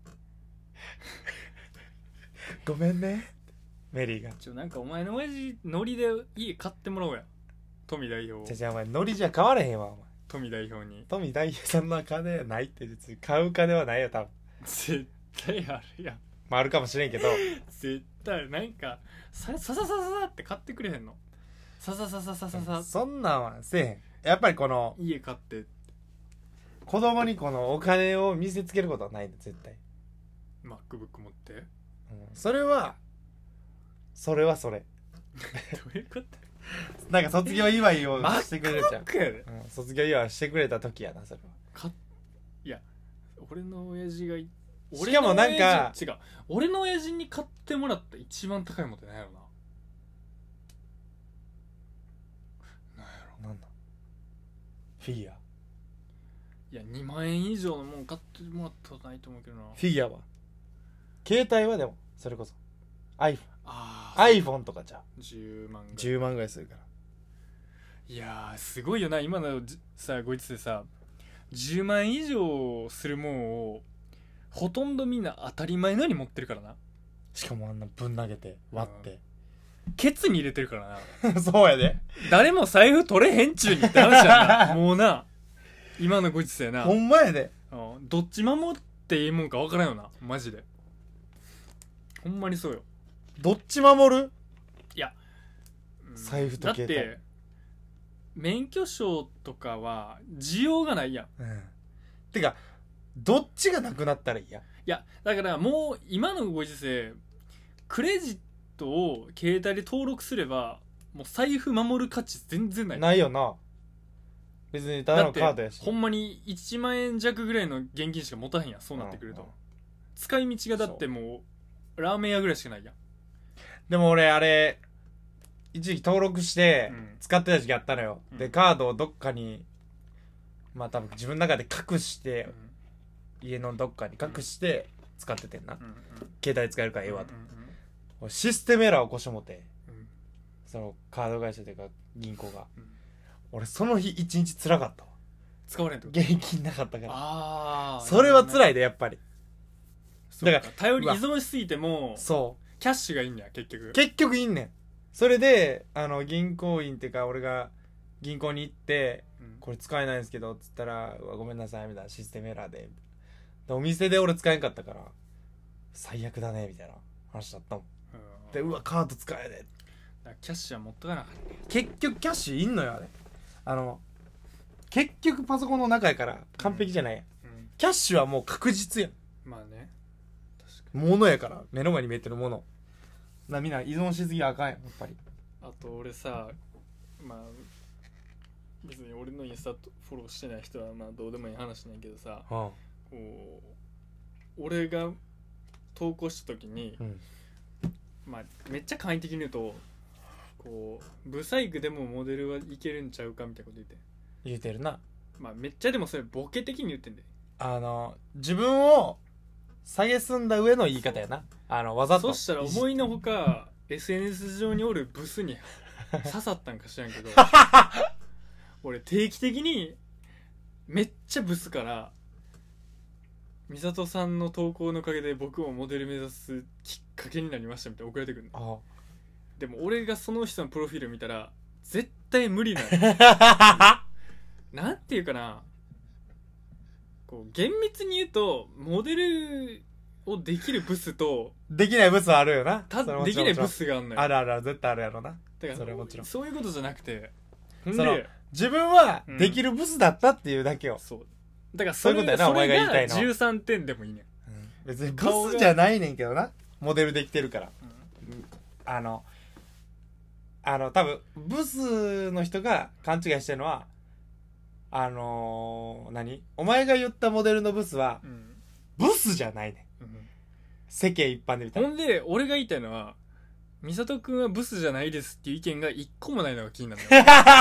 ごめんねメリーが。 なんかお前の親父ノリで家買ってもらおうや富代表。 お前ノリじゃ買われへんわお前。 富代表に。 富代表そんな金ないって別に買う金はないよ多分。 絶対あるやん。 まああるかもしれんけど絶対なんかさって買ってくれへんの。さそんなんはせえへん。やっぱりこの家買って子供にこのお金を見せつけることはないの絶対。 MacBook 持って、うん、 それはそれどういうことなんか卒業祝いをしてくれるじゃん、 うん、 卒業祝いしてくれた時やなそれは。 いや俺の親父がしかもなんか違う俺の親父に買ってもらった一番高いもんってないよな。 なんだフィギュア。 いや2万円以上のもん買ってもらったことないと思うけどな。 フィギュアは携帯はでもそれこそ iPhone とかじゃ 10万ぐらいするから。 いやーすごいよな今のさご時世さ10万円以上するもんをほとんどみんな当たり前のように持ってるからな。 しかもあんなぶん投げて割って、 ケツに入れてるからなそうやで。 誰も財布取れへんちゅうにって話やなもうな今のご時世な。 ほんまやで。 どっち守っていいもんか分からんよなマジで。ほんまにそうよ。 どっち守る。 いや、 財布と携帯だって免許証とかは需要がないやん、 てかどっちがなくなったらいいや。いやだからもう今のご時世クレジットを携帯で登録すればもう財布守る価値全然ない。 ないよな別にただのカードやし。 ほんまに1万円弱ぐらいの現金しか持たへんやんそうなってくると、使い道がだってもうラーメン屋ぐらいしかないやん。 でも俺あれ一時期登録して使ってた時期あったのよ、でカードをどっかにまあ多分自分の中で隠して、家のどっかに隠して使っててんな、携帯使えるからええわと、システムエラー起こしてもて、 そのカード会社というか銀行が、俺その日一日辛かったわ。 使われんと現金なかったから。 ああ、 それは辛いでやっぱり。 だから頼り依存しすぎてもそうキャッシュがいいんだよ結局いいんねん。それで銀行員っていうか俺が銀行に行って、これ使えないんですけどっつったらごめんなさいみたいな、システムエラーでお店で俺使えんかったから最悪だねみたいな話だったもん。でうわカード使えねえ、 だキャッシュは持っとかなかった。 結局キャッシュいんのよあれ。結局パソコンの中やから完璧じゃないや、キャッシュはもう確実やん。 まあね、 確かに物やから目の前に見えてるものみんな依存しすぎはあかんやんやっぱり。 あと俺さ、まあ別に俺のインスタフォローしてない人はまあどうでもいい話なんやけどさ、こう俺が投稿した時に、まあめっちゃ簡易的に言うとこうブサイクでもモデルはいけるんちゃうかみたいなこと言うてるな。 まあめっちゃでもそれボケ的に言ってんで、 自分を下げすんだ上の言い方やな。わざと。 そしたら思いのほか SNS 上におるブスに刺さったんか知らんけど俺定期的にめっちゃブスから美里さんの投稿のおかげで僕もモデル目指すきっかけになりましたみたいな送られてくるの。でも俺がその人のプロフィール見たら絶対無理なのなんていうかな、こう厳密に言うとモデルをできるブスとできないブスはあるよな。 できないブスがあるのよ。 あるある絶対あるやろな。 だからそれはもちろんそういうことじゃなくて、 自分はできるブスだったっていうだけを、 そうだからそういうことやな、お前が言いたいのは。 13点でもいいねん、 別にブスじゃないねんけどな、モデルできてるから、多分ブスの人が勘違いしてるのはお前が言ったモデルのブスは、ブスじゃないねん、世間一般で見たら。 ほんで俺が言いたいのは美里くんはブスじゃないですっていう意見が一個もないのが気になる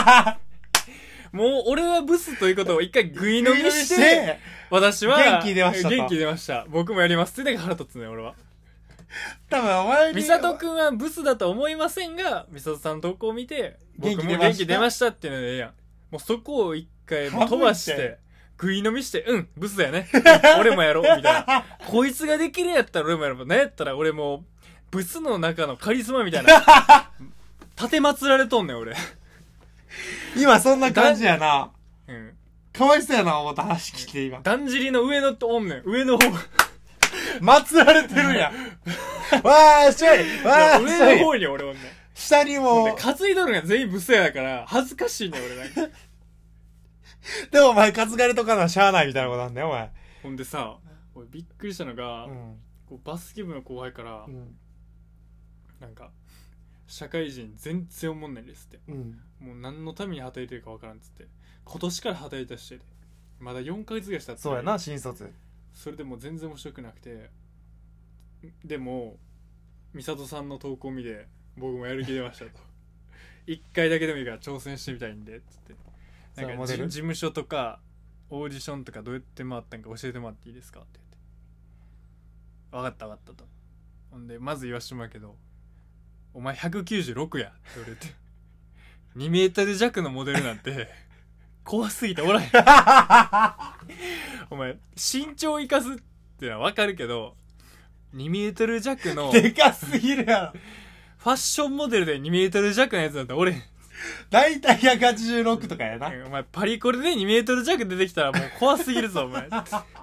もう俺はブスということを一回グイ飲みして私は元気出ましたと。 元気出ました、僕もやりますって腹立つね俺は。 多分お前に美里くんはブスだと思いませんが美里さんの投稿を見て僕も元気出ましたっていうのでええやん。もうそこを一回もう飛ばして食い飲みしてブスやね俺もやろうみたいなこいつができるやったら俺もやろう、なんやったら俺もうブスの中のカリスマみたいな立てまつられとんねん俺今そんな感じやな。かわいそうやな思った話聞いて今。 だんじりの上のとおんねん、上の方祀られてるやんわーしょいわー上の方に俺おんねん。 下にも担いどるのが全員ブスやから恥ずかしいねん俺なんかでもお前担がれとかなしゃあないみたいなことなんだよお前。 ほんでさ、俺びっくりしたのが、こうバスケ部の後輩から、なんか社会人全然思んないですって、もう何のために働いてるか分からんっつって今年から働いたしててまだ4ヶ月ぐらいしたって。 そうやな、新卒。 それでも全然面白くなくて、でも美里さんの投稿見て僕もやる気出ましたと1回だけでもいいから挑戦してみたいんでっつって、なんか事務所とかオーディションとかどうやって回ったんか教えてもらっていいですかって言って、分かった分かったと。ほんでまず言わしてもらうけど、お前196やって言われて2メートル弱のモデルなんて怖すぎておらへんお前身長生かすってのは分かるけど2メートル弱のでかすぎるやろファッションモデルで2メートル弱のやつなんて俺だいたい186とかやな、 お前パリコレで2メートル弱出てきたらもう怖すぎるぞお前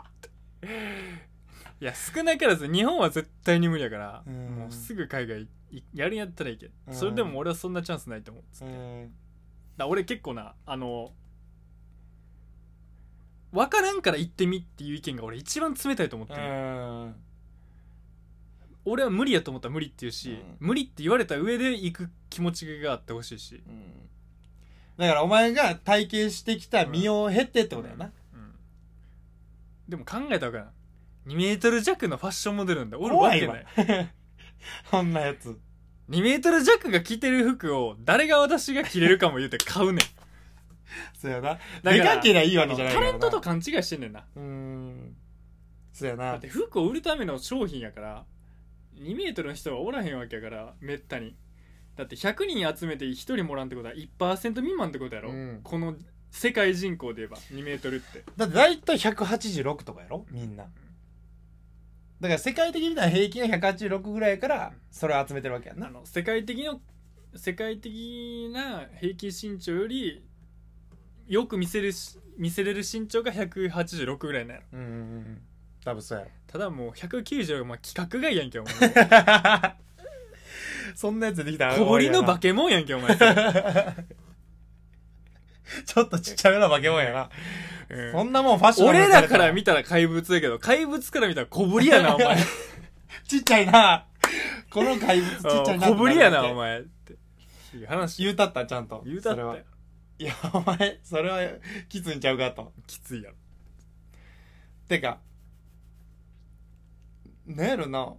いや少なからず日本は絶対に無理やから、もうすぐ海外やるんやったらいいけど、それでも俺はそんなチャンスないと思うっつって、だ俺結構な分からんから行ってみっていう意見が俺一番冷たいと思ってる。俺は無理やと思ったら無理って言うし、無理って言われた上で行く気持ちがあってほしいし、 だからお前が体験してきた身を経てってことやな、 でも考えたら分からん、2メートル弱のファッションモデルなんだ俺わけないこんなやつ 2メートル弱が着てる服を誰が私が着れるかも言うて買うねんそうやな、でかけりゃいいわけじゃないからな。 タレントと勘違いしてんねんな。 そうやな。 だって服を売るための商品やから2メートルの人はおらへんわけやからめったにだって100人集めて1人もらんってことは 1% 未満ってことやろ、この世界人口で言えば2メートルって。 だって大体186とかやろみんな。だから世界的に見たら平均が186ぐらいからそれを集めてるわけやんな。 世界的な平均身長よりよく見せれる身長が186ぐらいなの。 多分そうやろ。 ただもう190は規格外やんけお前そんなやつできたら小ぶりのバケモンやんけお前ちょっとちっちゃめのバケモンやな、そんなもんファッション俺らから見たら怪物だけど怪物から見たら小ぶりやなお前ちっちゃいなこの怪物ちっちゃいな小ぶりやなお前って話言うたったちゃんと言うたったよ。 いやお前それはきついんちゃうかと。 きついやろ。 てかなんやろな、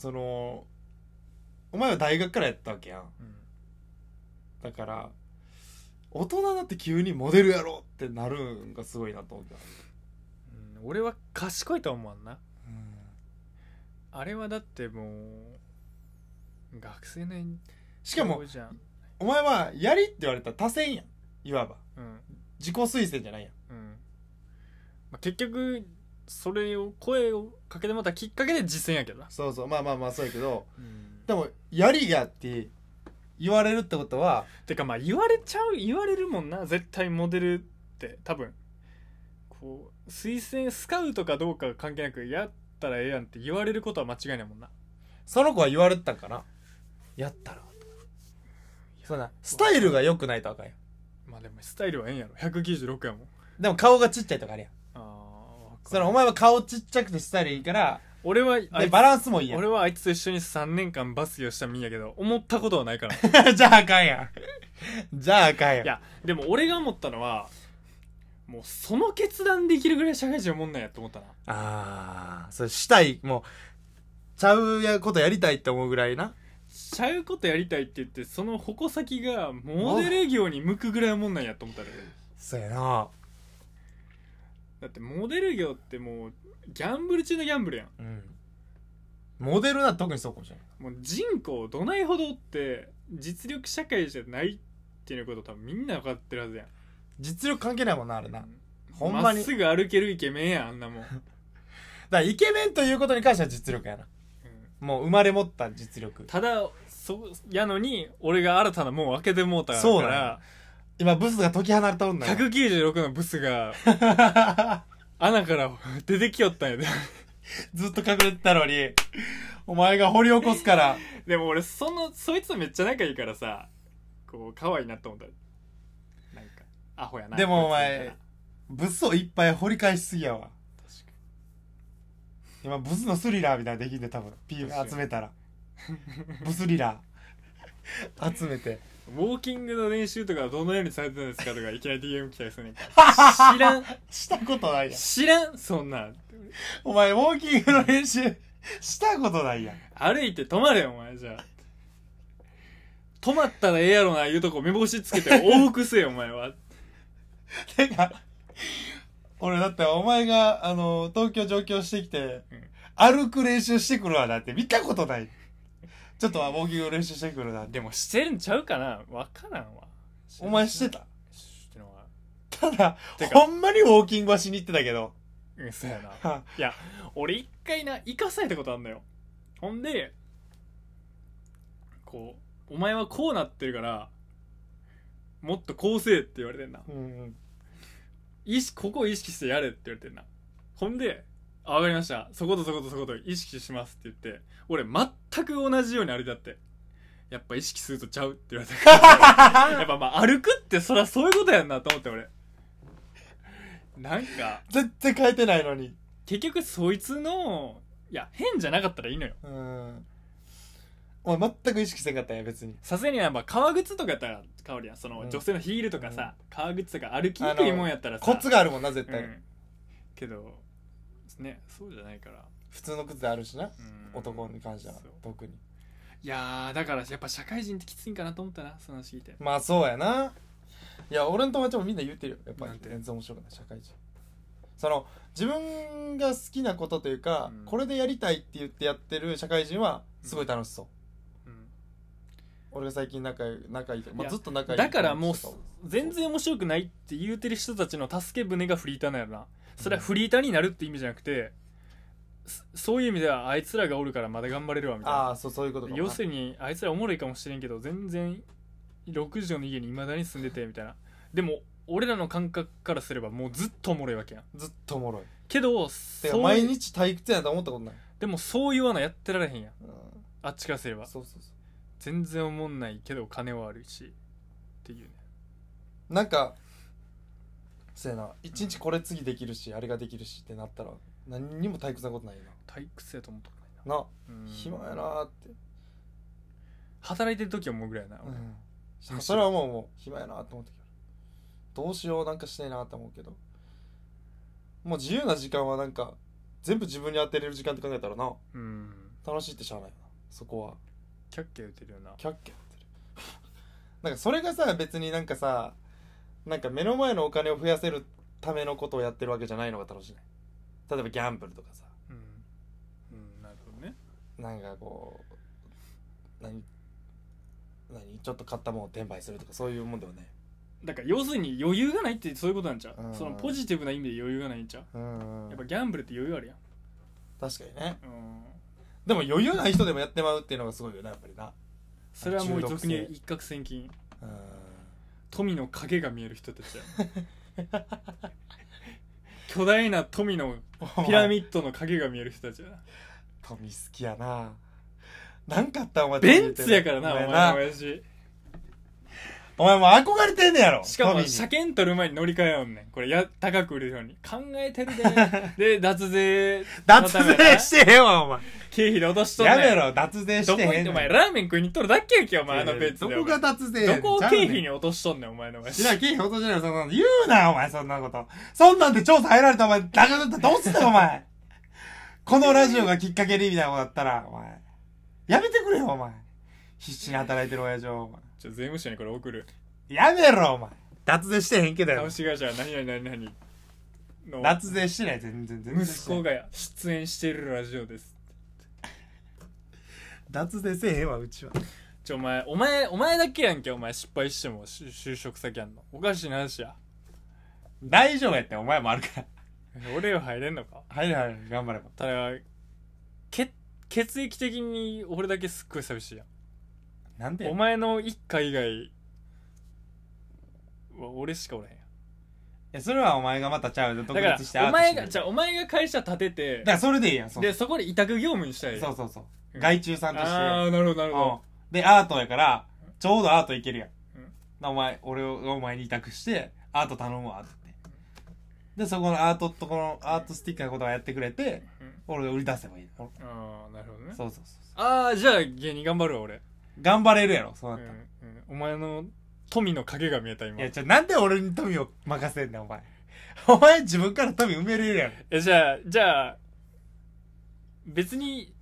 お前は大学からやったわけやん、だから大人だって急にモデルやろってなるんがすごいなと思って、 俺は賢いと思わんな、あれはだってもう学生のしかもお前はやりって言われたら多選やん、いわば、自己推薦じゃないやん、 結局それを声をかけてもらったきっかけで実践やけどな。 そうそう、まあそうやけど、でもやりがって言われるってことはてか言われるもんな、絶対モデルって多分こう推薦スカウトかどうか関係なくやったらええやんって言われることは間違いないもんな。 その子は言われてたんかな、やったらそうな、スタイルが良くないとあかんやん。 でもスタイルはええんやろ、196やもん。 でも顔がちっちゃいとかあるやん。お前は顔ちっちゃくてスタイルいいから、 俺はバランスもいいやん。 俺はあいつと一緒に3年間バスケをした身やけど思ったことはないからじゃああかんやんじゃああかんやん。 いやでも俺が思ったのはもうその決断できるぐらい社会人おもんないやと思ったな。 それしたい、もうちゃうことやりたいって思うぐらいな。 ちゃうことやりたいって言ってその矛先がモデル業に向くぐらいおもんないやと思ったら、 そうやな。 だってモデル業ってもうギャンブル中のギャンブルやん、 モデルな特にそうかもしれない。 もう人口どないほどって実力社会じゃないっていうこと多分みんな分かってるはずやん。 実力関係ないもんなあれな、ほんまにまっすぐ歩けるイケメンやん、あんなもんだからイケメンということに関しては実力やな、もう生まれ持った実力。 ただやのに俺が新たな門を開けてもうたから、 そうだ今ブスが解き放れたんだよ。 196のブスが穴から出てきよったんやでずっと隠れてたのにお前が掘り起こすからでも俺そいつとめっちゃ仲いいからさ、こう可愛いなって思った。なんかアホやな。 でもお前ブスをいっぱい掘り返しすぎやわ。 確か今ブスのスリラーみたいなのできんで多分ピー集めたらブスリラー集めてウォーキングの練習とかどのようにされてるんですかとかいきなり DM 来たりするねんから知らんしたことないやん。 知らんそんなんお前ウォーキングの練習したことないやん。 歩いて止まれよお前。じゃあ止まったらええやろないうとこ目星つけて往復せよお前はてか俺だってお前が東京上京してきて、歩く練習してくるわなんて見たことない。ちょっとウォーキング練習してくるな。 でもしてるんちゃうかな、分からんわ。 お前してた？ してるわ。 ただほんまにウォーキングはしに行ってたけど。 そうやな。いや俺一回な生かされたことあんのよ。ほんでこうお前はこうなってるからもっとこうせえって言われてんな、ここを意識してやれって言われてんな。ほんで分かりました、そことそことそこと意識しますって言って俺全く同じように歩いてあって、やっぱ意識するとちゃうって言われたからやっぱ歩くってそりゃそういうことやんなと思って俺なんか絶対変えてないのに結局そいつのいや変じゃなかったらいいのよ。 お前全く意識せんかったんや別に。 さすがに革靴とかやったら変わるやん、その女性のヒールとかさ、革靴とか歩きにくいもんやったらさコツがあるもんな絶対、 けどねそうじゃないから普通の靴あるしな、男に関しては特に。 いやだからやっぱ社会人ってきついんかなと思ったな、その話聞いて。 まあそうやな。いや俺の友達もみんな言ってるよ、やっぱり全然面白くない社会人。自分が好きなことというか、これでやりたいって言ってやってる社会人はすごい楽しそう、 俺が最近仲いいと、まあ、ずっと仲いいだからもう全然面白くないって言うてる人たちの助け舟がフリーターなんやろな。それはフリーターになるって意味じゃなくて、そういう意味ではあいつらがおるからまだ頑張れるわみたいな。 ああ、そういうことか。 要するにあいつらおもろいかもしれんけど全然6畳の家に未だに住んでてみたいな。でも俺らの感覚からすればもうずっとおもろいわけやん。 ずっとおもろいけど毎日退屈やと思ったことない。 でもそういうわなやってられへんやん、 うん、 あっちからすれば。 そう全然おもんないけど金は悪いしっていうね。 なんかそうやな、一日これ次できるしあれができるしってなったら何にも退屈なことないよな。退屈やと思ったことないな。暇やなーって働いてる時は思うぐらいな、 それはもう暇やなって思ったけど、どうしようなんかしたいなって思うけど、もう自由な時間はなんか全部自分に当てれる時間って考えたらな、楽しいってしゃあないな。そこはキャッキャ言ってるよな。 キャッキャ言ってるなんかそれがさ、別になんかさ、なんか目の前のお金を増やせるためのことをやってるわけじゃないのが楽しいね。例えばギャンブルとかさ、 なるほどね。 なんかこう何ちょっと買ったものを転売するとかそういうもんではね。 だから要するに余裕がないってそういうことなんちゃう、そのポジティブな意味で余裕がないんちゃう、やっぱギャンブルって余裕あるやん。 確かにね、でも余裕ない人でもやってまうっていうのがすごいよな、やっぱりな。 それはもう俗に一攫千金、富の影が見える人たちや巨大な富のピラミッドの影が見える人たちやな。 富好きやな。なんかあったお前ベンツやからな、お前の親父。 お前も憧れてんねやろ。 しかも車検取る前に乗り換えよんねん。これ高く売れるように考えてるでで脱税してへんわお前。 経費で落としとんねん。 やめろ、脱税してへん。 お前ラーメン食いに行っとるだけやんけお前、あのベンツで。 どこが脱税どこを経費に落としとんねんお前の親父。 知らん、経費落としてないよ、そんなの言うなよお前、そんなこと。そんなんで調査入られたお前ダメだったらどうすんだよお前。このラジオがきっかけでみたいなことだったらお前やめてくれよお前。必死に働いてる親父をお前。 税務署にこれ送る。 やめろお前。脱税してへんけどよ。 株式会社は何々の脱税してない。全然息子が出演しているラジオです。 脱税せえへんわうちは。 お前だけやんけ。お前失敗しても就職先あんのおかしいな話や。 大丈夫やって。お前もあるから俺は入れんのか。 入れ頑張れば。 ただ血液的に俺だけすっごい寂しいやん。 なんでお前の一家以外は俺しかおらへんやん。いやそれはお前がまたちゃう独立してお前が会社立てて、 だからそれでいいやん。 でそこで委託業務にしたい。 そう外注さんとして。 ああなるほど、 でアートやからちょうどアートいけるやん、俺がお前に委託してアート頼むわって。でそこのアートスティッカーのことはやってくれて、俺が売り出せばいい。 ああなるほどね。 そうああじゃあ芸人頑張るわ俺。 頑張れるやろそうなったら、 お前の富の影が見えた今。 いやなんで俺に富を任せんねんお前。お前自分から富埋めれるやろ。 じゃあ別に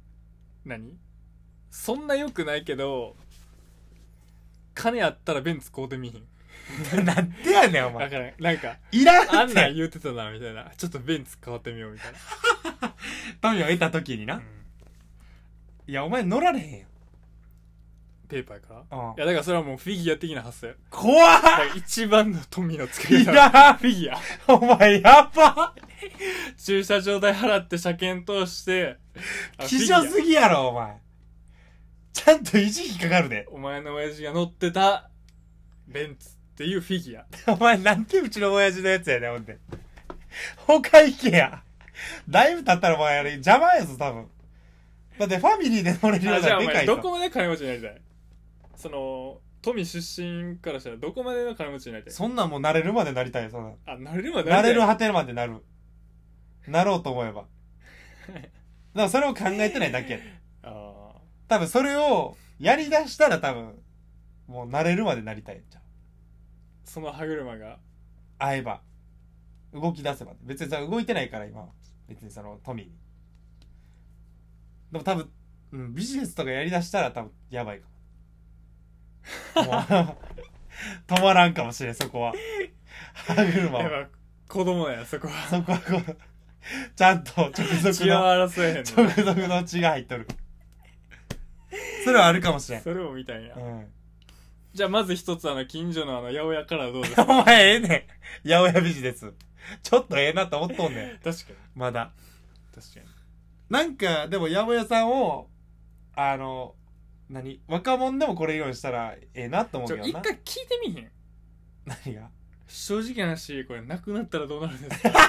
そんな良くないけど金あったらベンツ買うてみひん。 なんでやねんお前。 だからなんかいらんってあんなん言うてたなみたいな。ちょっとベンツ買ってみようみたいな富を得た時にな、いやお前乗られへんやんペーパーから。いやだからそれはもうフィギュア的な発想や。 怖っ。 一番の富の作り方。フィギュア。 お前やば。 駐車場代払って車検通して希少すぎやろお前。ちゃんと維持費かかるで。 お前の親父が乗ってたベンツっていうフィギュア。お前なんてうちの親父のやつやねんほんで。他行けや。だいぶ経ったらお前あれ邪魔やぞ多分。だってファミリーで乗れるようなでかい。 じゃあお前どこまで金持ちになりたい。その富出身からしたらどこまでの金持ちになりたい。 そんなんもう慣れるまでなりたい。そんな慣れるまでなりたい。 慣れる果てまでなろうと思えば。だからそれを考えてないだけ。多分それをやりだしたら多分もう慣れるまでなりたいんちゃう。 その歯車が合えば動き出せば。別にさ動いてないから今は別にその富に。でも多分、ビジネスとかやりだしたら多分やばいかも。もう止まらんかもしれんそこは。歯車は。 やっぱ子供やそこは。 そこはちゃんと直属の血を争えへんの。 直属の血が入っとる。 それはあるかもしれん。 それも見たいな、 うん。 じゃあまず一つ近所の八百屋からどうですか。 お前ええねん。八百屋ビジネス。ちょっとええなと思っとんねん。 確かにまだ。 確かに。 なんか、でも八百屋さんを、若者でもこれようにしたらええなと思うけどな。 一回聞いてみひん。 何が正直な話、これなくなったらどうなるんですか。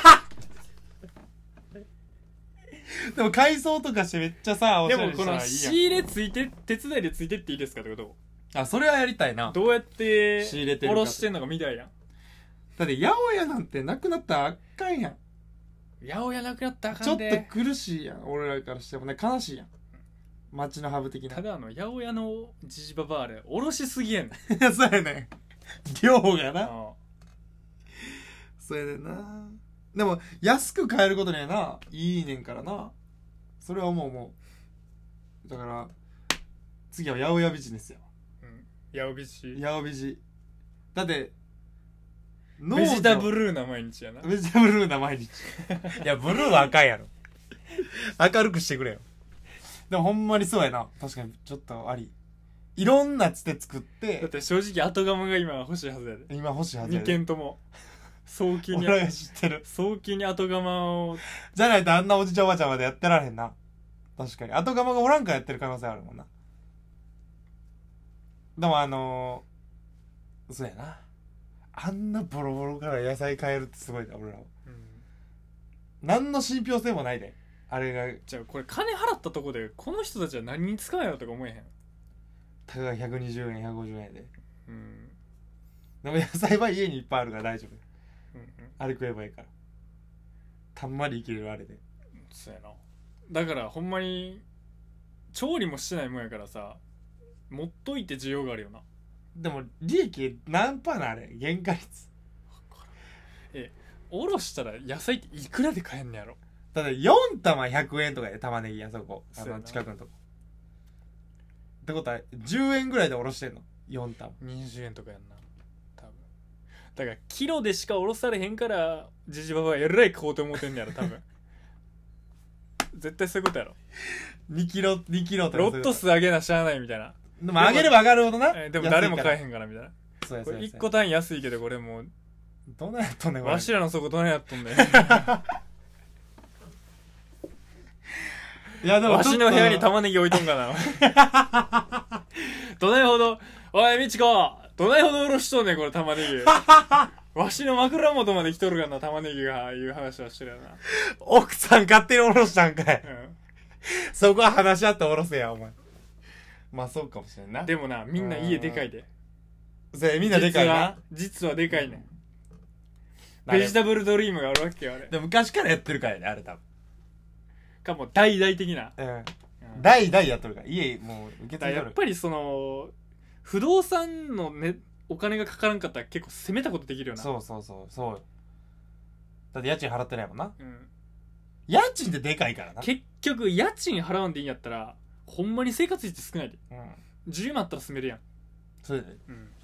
でも改装とかしてめっちゃさ、おしゃれでもこのにしたらいいやん。 仕入れついて、手伝いでついてっていいですかってこと。 あ、それはやりたいな。 どうやって仕入れてるかおろしてんのかみたいやん。 だって八百屋なんてなくなったらあかんやん。 八百屋なくなったらあかちょっんで。 と苦しいやん。俺らからしてもね、悲しいやん。街のハブ的な。 ただ八百屋のジジババアでおろしすぎやねん。 いや、そうやねん。量がな。 あそうやねんな。でも、安く買えることにはな、いいねんからな。それは思う。だから、次は八百屋ビジネスやわ。 八百ビジ。 八百ビジ。だって、 ベジタブルーな毎日やな。 ベジタブルーな毎日。いや、ブルーは赤いやろ。明るくしてくれよ。でもほんまにそうやな。確かに、ちょっとあり。いろんなつて作って。 だって正直後釜が今欲しいはずやで。 今欲しいはずや 2 で。 軒とも。早急に。 俺が知ってる。 早急に後釜を。 じゃないとあんなおじちゃんおばちゃんまでやってられへんな。確かに。後釜がおらんからやってる可能性あるもんな。でもそうやな。あんなボロボロから野菜買えるってすごいな、俺らは。何の信憑性もないで。あれが。 じゃあこれ金払ったとこで、この人たちは何に使うやろとか思えへん。 たかが120円、150円で。 うん。 でも野菜は家にいっぱいあるから大丈夫。 うんうん。 あれ食えばいいから。たんまり生きれるあれで。 そうやな。だからほんまに、調理もしてないもんやからさ、持っといて需要があるよな。 でも利益何パーなあれ原価率。 おろしたら野菜っていくらで買えんのやろ。 ただ4玉100円とかで玉ねぎやそこ。近くのとこ。ってことは10円ぐらいでおろしてんの4玉。 20円とかやんな。多分。だからキロでしかおろされへんから、ジジババはえらい買うて思ってんのやろ、多分。絶対そういうことやろ。 2キロとか。 ロット数上げなしゃあないみたいな。 でも上げれば上がるほどな。 でも誰も買えへんからみたいな。 そうやこれ1個単位安いけどこれもうどないやっとんねんこれ。 わしらのそこどないやっとんねん。 いやでもわしの部屋に玉ねぎ置いとんかな。どないほど、おいみちこ、どないほどおろしとんねんこれ玉ねぎ。わしの枕元まで来とるかな玉ねぎが、いう話はしてるよな。 奥さん勝手におろしたんかい。 うん、 そこは話し合っておろせやお前。まあそうかもしれんな。 でもな、みんな家でかいで。 それみんなでかいな。 実はでかいねん。ベジタブルドリームがあるわけよあれ。 で昔からやってるからねあれ多分。 かも大々的な。 代々やっとるから家もう受け継いでる。 やっぱりその不動産のねお金がかからんかったら結構攻めたことできるよな。 そうだって家賃払ってないもんな。 うん、 家賃ってでかいからな。 結局家賃払わんでいいんやったらほんまに生活費って少ないで、10万あったら住めるやん。 それで、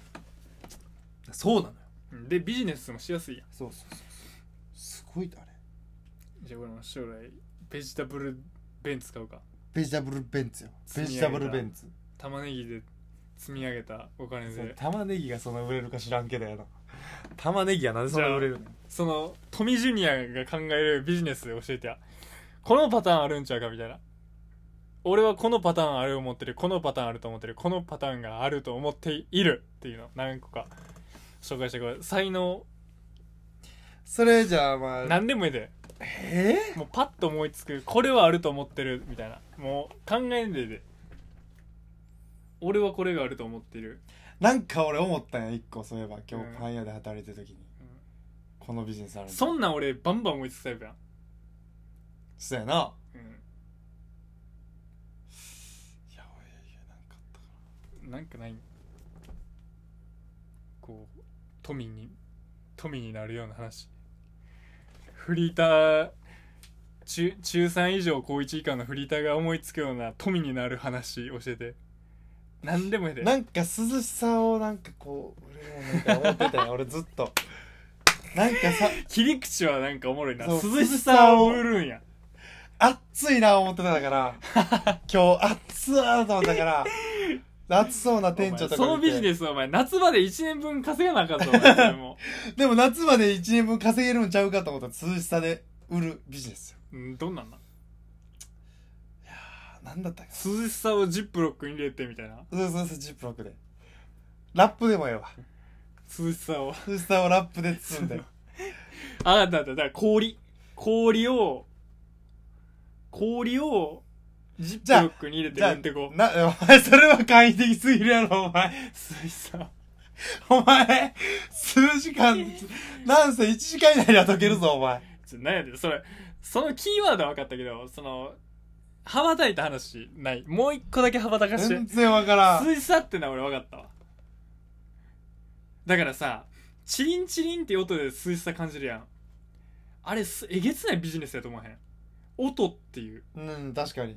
そうなのよ。 でビジネスもしやすいやん。 そうすごいだあれ。 じゃあ俺も将来ベジタブルベンツ買うか。 ベジタブルベンツよ。ベジタブルベンツ。 玉ねぎで積み上げたお金で。 玉ねぎがそんな売れるか知らんけどやな。玉ねぎはなんでそんな売れるの。 そのトミジュニアが考えるビジネスで教えてや。このパターンあるんちゃうかみたいな。俺はこのパターンあると思ってる、このパターンあると思ってる、このパターンがあると思っているっていうの何個か紹介してくれ。才能それじゃあまあ何でもいいで。もうパッと思いつく、これはあると思ってるみたいな。もう考えんでいいで。俺はこれがあると思っている。 なんか俺思ったんや一個。そういえば今日パン屋で働いてる時に、このビジネスあるんだ。 そんなん俺バンバン思いつくタイプやん。 そうやな。いやなんかあったかな。なんかない。こう富になるような話。フリーター中3以上高1以下のフリーターが思いつくような富になる話教えて。何でもいいで。 なんか涼しさをなんかこう売れるような思ってたよ俺ずっと。なんかさ切り口はなんかおもろいな。涼しさを売るんや。 暑いな思ってたから今日暑ーと思ったから暑そうな店長とかそのビジネスお前夏場で1年分稼がなかったお前それもでも夏まで1年分稼げるんちゃうかと思ったら涼しさで売るビジネスよ。 どんなんだ。いやーなんだったっけ。 涼しさをジップロックに入れてみたいな。 そうジップロックでラップでもええわ。 涼しさをラップで包んであだから氷をジップロックに入れて持ってこう。 お前それは簡易的すぎるやろお前。 涼しさお前数時間なんせ1時間以内には解けるぞお前。 何やでそのキーワードは分かったけど羽ばたいた話ない。もう一個だけ羽ばたかして。 全然分からん。 涼しさってのは俺分かったわ。だからさチリンチリンって音で涼しさ感じるやん。あれえげつないビジネスやと思わへん。音っていう確かに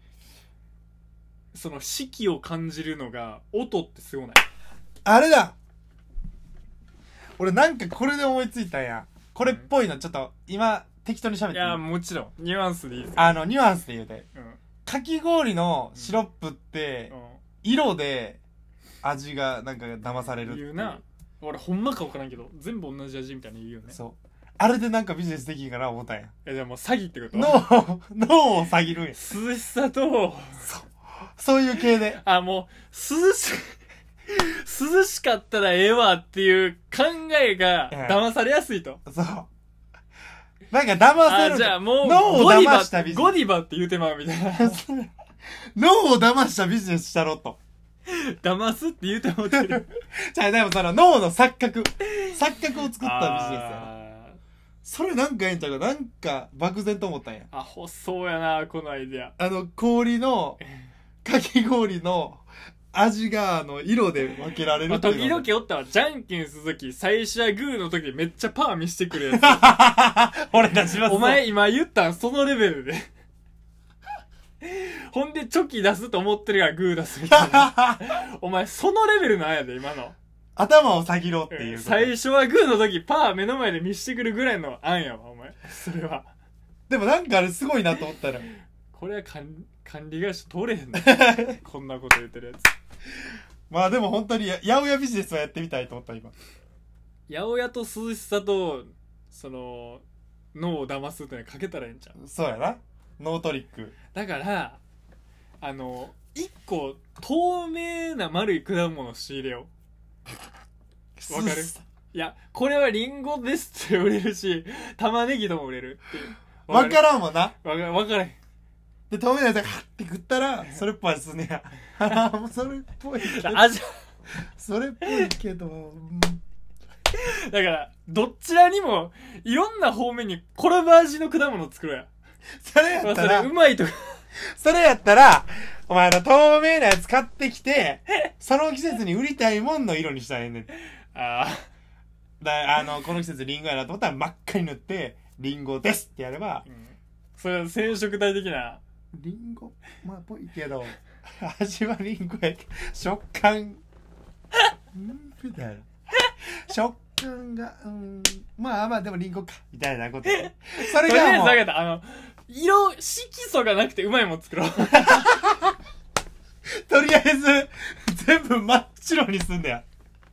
その四季を感じるのが音ってすごない。 あれだ俺なんかこれで思いついたんや。これっぽいのちょっと今適当に喋っていい？ いやもちろんニュアンスでいいですよ。 ニュアンスで言うて、かき氷のシロップって色で味がなんか騙されるって言うな。俺ほんまか分からんけど全部同じ味みたいな言うよね。 そうあれでなんかビジネスできんかな思ったんや。 じゃあもう詐欺ってこと？ 脳を詐欺るんや。 涼しさとそういう系でもう涼しかったらええわっていう考えが騙されやすいと。 そうなんか騙せる。 じゃあもう脳を騙したビジネス。 ゴディバって言うてまうみたいな脳を騙したビジネスしたろと騙すって言うてもってるじゃあでもその脳の錯覚を作ったビジネスや。それなんかええんちゃうか。なんか漠然と思ったんや。 そうやなこのアイデア。 氷のかき氷の味が色で分けられる時々おったわ。じゃんけんするとき最初はグーの時めっちゃパー見してくるやつ俺たちはお前今言ったんそのレベルでほんでチョキ出すと思ってるからグー出すみたいなお前そのレベルなんやで今の。 頭を下げろっていう、 最初はグーの時パー目の前で見してくるぐらいの案やわお前それは。 でもなんかあれすごいなと思ったらこれは管理会社通れへんねこんなこと言ってるやつ。 まあでも本当に八百屋ビジネスはやってみたいと思った今。 八百屋と涼しさと脳を騙すってのにかけたらええんちゃう。 そうやなノートリック。 だから一個透明な丸い果物仕入れよう。わかる？いやこれはリンゴですって売れるし玉ねぎとも売れるっていう。 わからんもんな。 わからへん。 で透明なやつがハッて食ったらそれっぽいですねもうそれっぽいけどそれっぽいけどだからどちらにもいろんな方面に転ぶ味の果物を作ろうや。 それやったらうまいとかそれやったらお前透明なやつ買ってきてその季節に売りたいもんの色にしたらええねん。この季節リンゴやなと思ったら真っ赤に塗ってリンゴですってやれば、 それは染色体的なリンゴまあぽいけど味はリンゴやけど食感みたいな食感がまあでもリンゴかみたいなことそれがもう色素がなくてうまいもん作ろうとりあえず全部真っ白にすんだよ。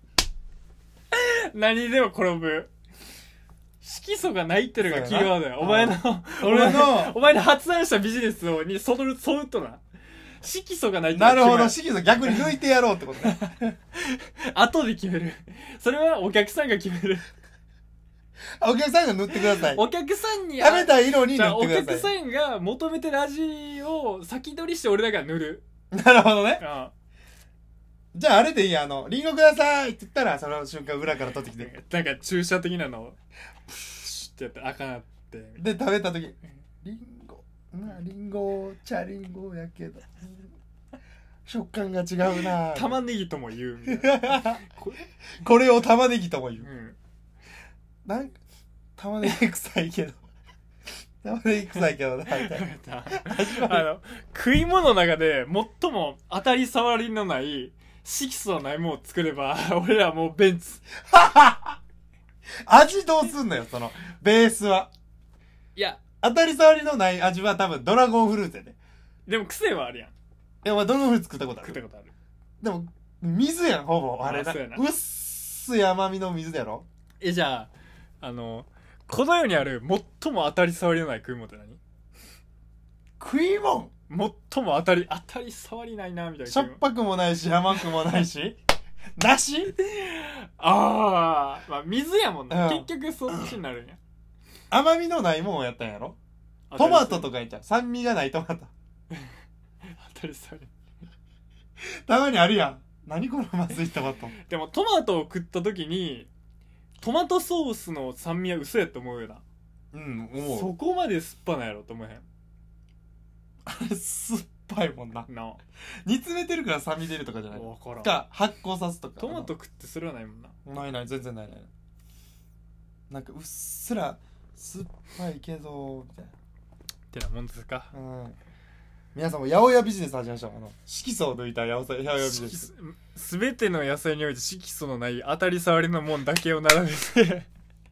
何でも転ぶ色素がないってのがキーワードや。お前の発案したビジネスに沿うとな。色素がないってのがなるほど色素逆に抜いてやろうってことね後で決める。それはお客さんが決める。 お客さんが塗ってください。 お客さんに食べたい色に塗ってください。 お客さんが求めてる味を先取りして俺らが塗る。 なるほどね。じゃああれでいいや。リンゴくださいって言ったらその瞬間裏から取ってきてなんか注射的なのをプシュってやって赤なってで食べた時リンゴ茶リンゴやけど食感が違うな。 玉ねぎとも言うみたいなこれを玉ねぎとも言う、なんか玉ねぎ臭いけど玉ねぎ臭いけどなみたいな食い物の中で最も当たり障りのない色素のないものを作れば俺らもうベンツ味どうすんのよそのベースは。 いや当たり障りのない味は多分ドラゴンフルーツやで。 でも癖はあるやん。 いや、お前ドラゴンフルーツ食ったことある？ 食ったことある。 でも水やん、ほぼあれだ。 そうやな。 うっすい甘みの水やろ。 じゃあこの世にある最も当たり障りのない食い物って何？ 食いもん最も当たり障りないなみたいな。 しょっぱくもないし甘くもないし梨まあ水やもんな、 うん結局そっちになるんや。 甘みのないもんやったんやろ。トマトとかいっちゃう。酸味がないトマト当たり障り。 たまにあるやん。何このまずいトマト。 でもトマトを食った時にトマトソースの酸味は嘘やと思うよな。 うん思う。 そこまで酸っぱないやろと思えへん。 あれ酸っぱいもんな。 な煮詰めてるから酸味出るとかじゃない分からん。 か発酵さすとか。 トマト食ってそれはないもんな。 ないない全然ないない。なんかうっすら酸っぱいけどみたいってなもんですか。 な。皆さんも八百屋ビジネス始めましょう。色素を抜いた八百屋ビジネス。 すべての野菜において色素のない当たり障りのもんだけを並べて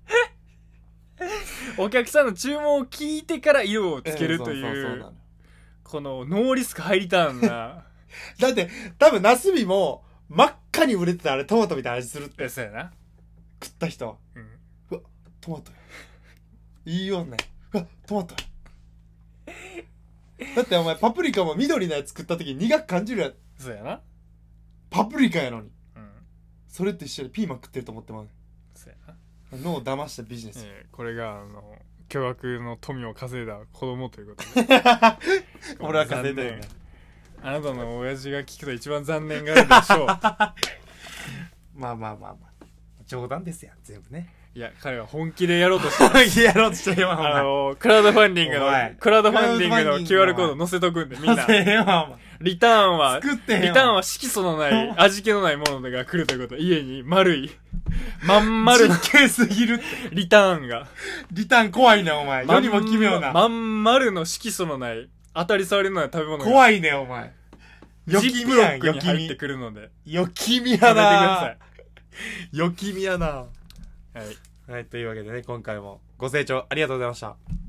お客さんの注文を聞いてから色をつけるというこのノーリスク入りたんなだって多分ナスビも真っ赤に売れてたあれトマトみたいな味するってそうやな。 食った人は、 うん、 うわトマトやいいよね。うわトマトやだってお前パプリカも緑のやつ食った時苦く感じるやん。 そうやな。 パプリカやのに、 うん、 それって一緒にピーマン食ってると思ってまう。 そうやな。 脳を騙したビジネス、 これが巨額の富を稼いだ子供ということで俺は稼いだよね。 あなたの親父が聞くと一番残念があるでしょうまあ冗談ですやん全部ね。 いや彼は本気でやろうとしてやろうとしてるわクラウドファンディングのお前 QR コード載せとくんでみんなリターンは色素のない味気のないものが来るということ。家に丸いまん丸の実験すぎるってリターンがリターン怖いねお前。世にも奇妙なまん丸の色素のない当たり障りのない食べ物が怖いねお前。 ジップロックに入ってくるのでよきみややめてくだなさい。 よきみやな。 はい、 はい、というわけでね今回もご清聴ありがとうございました。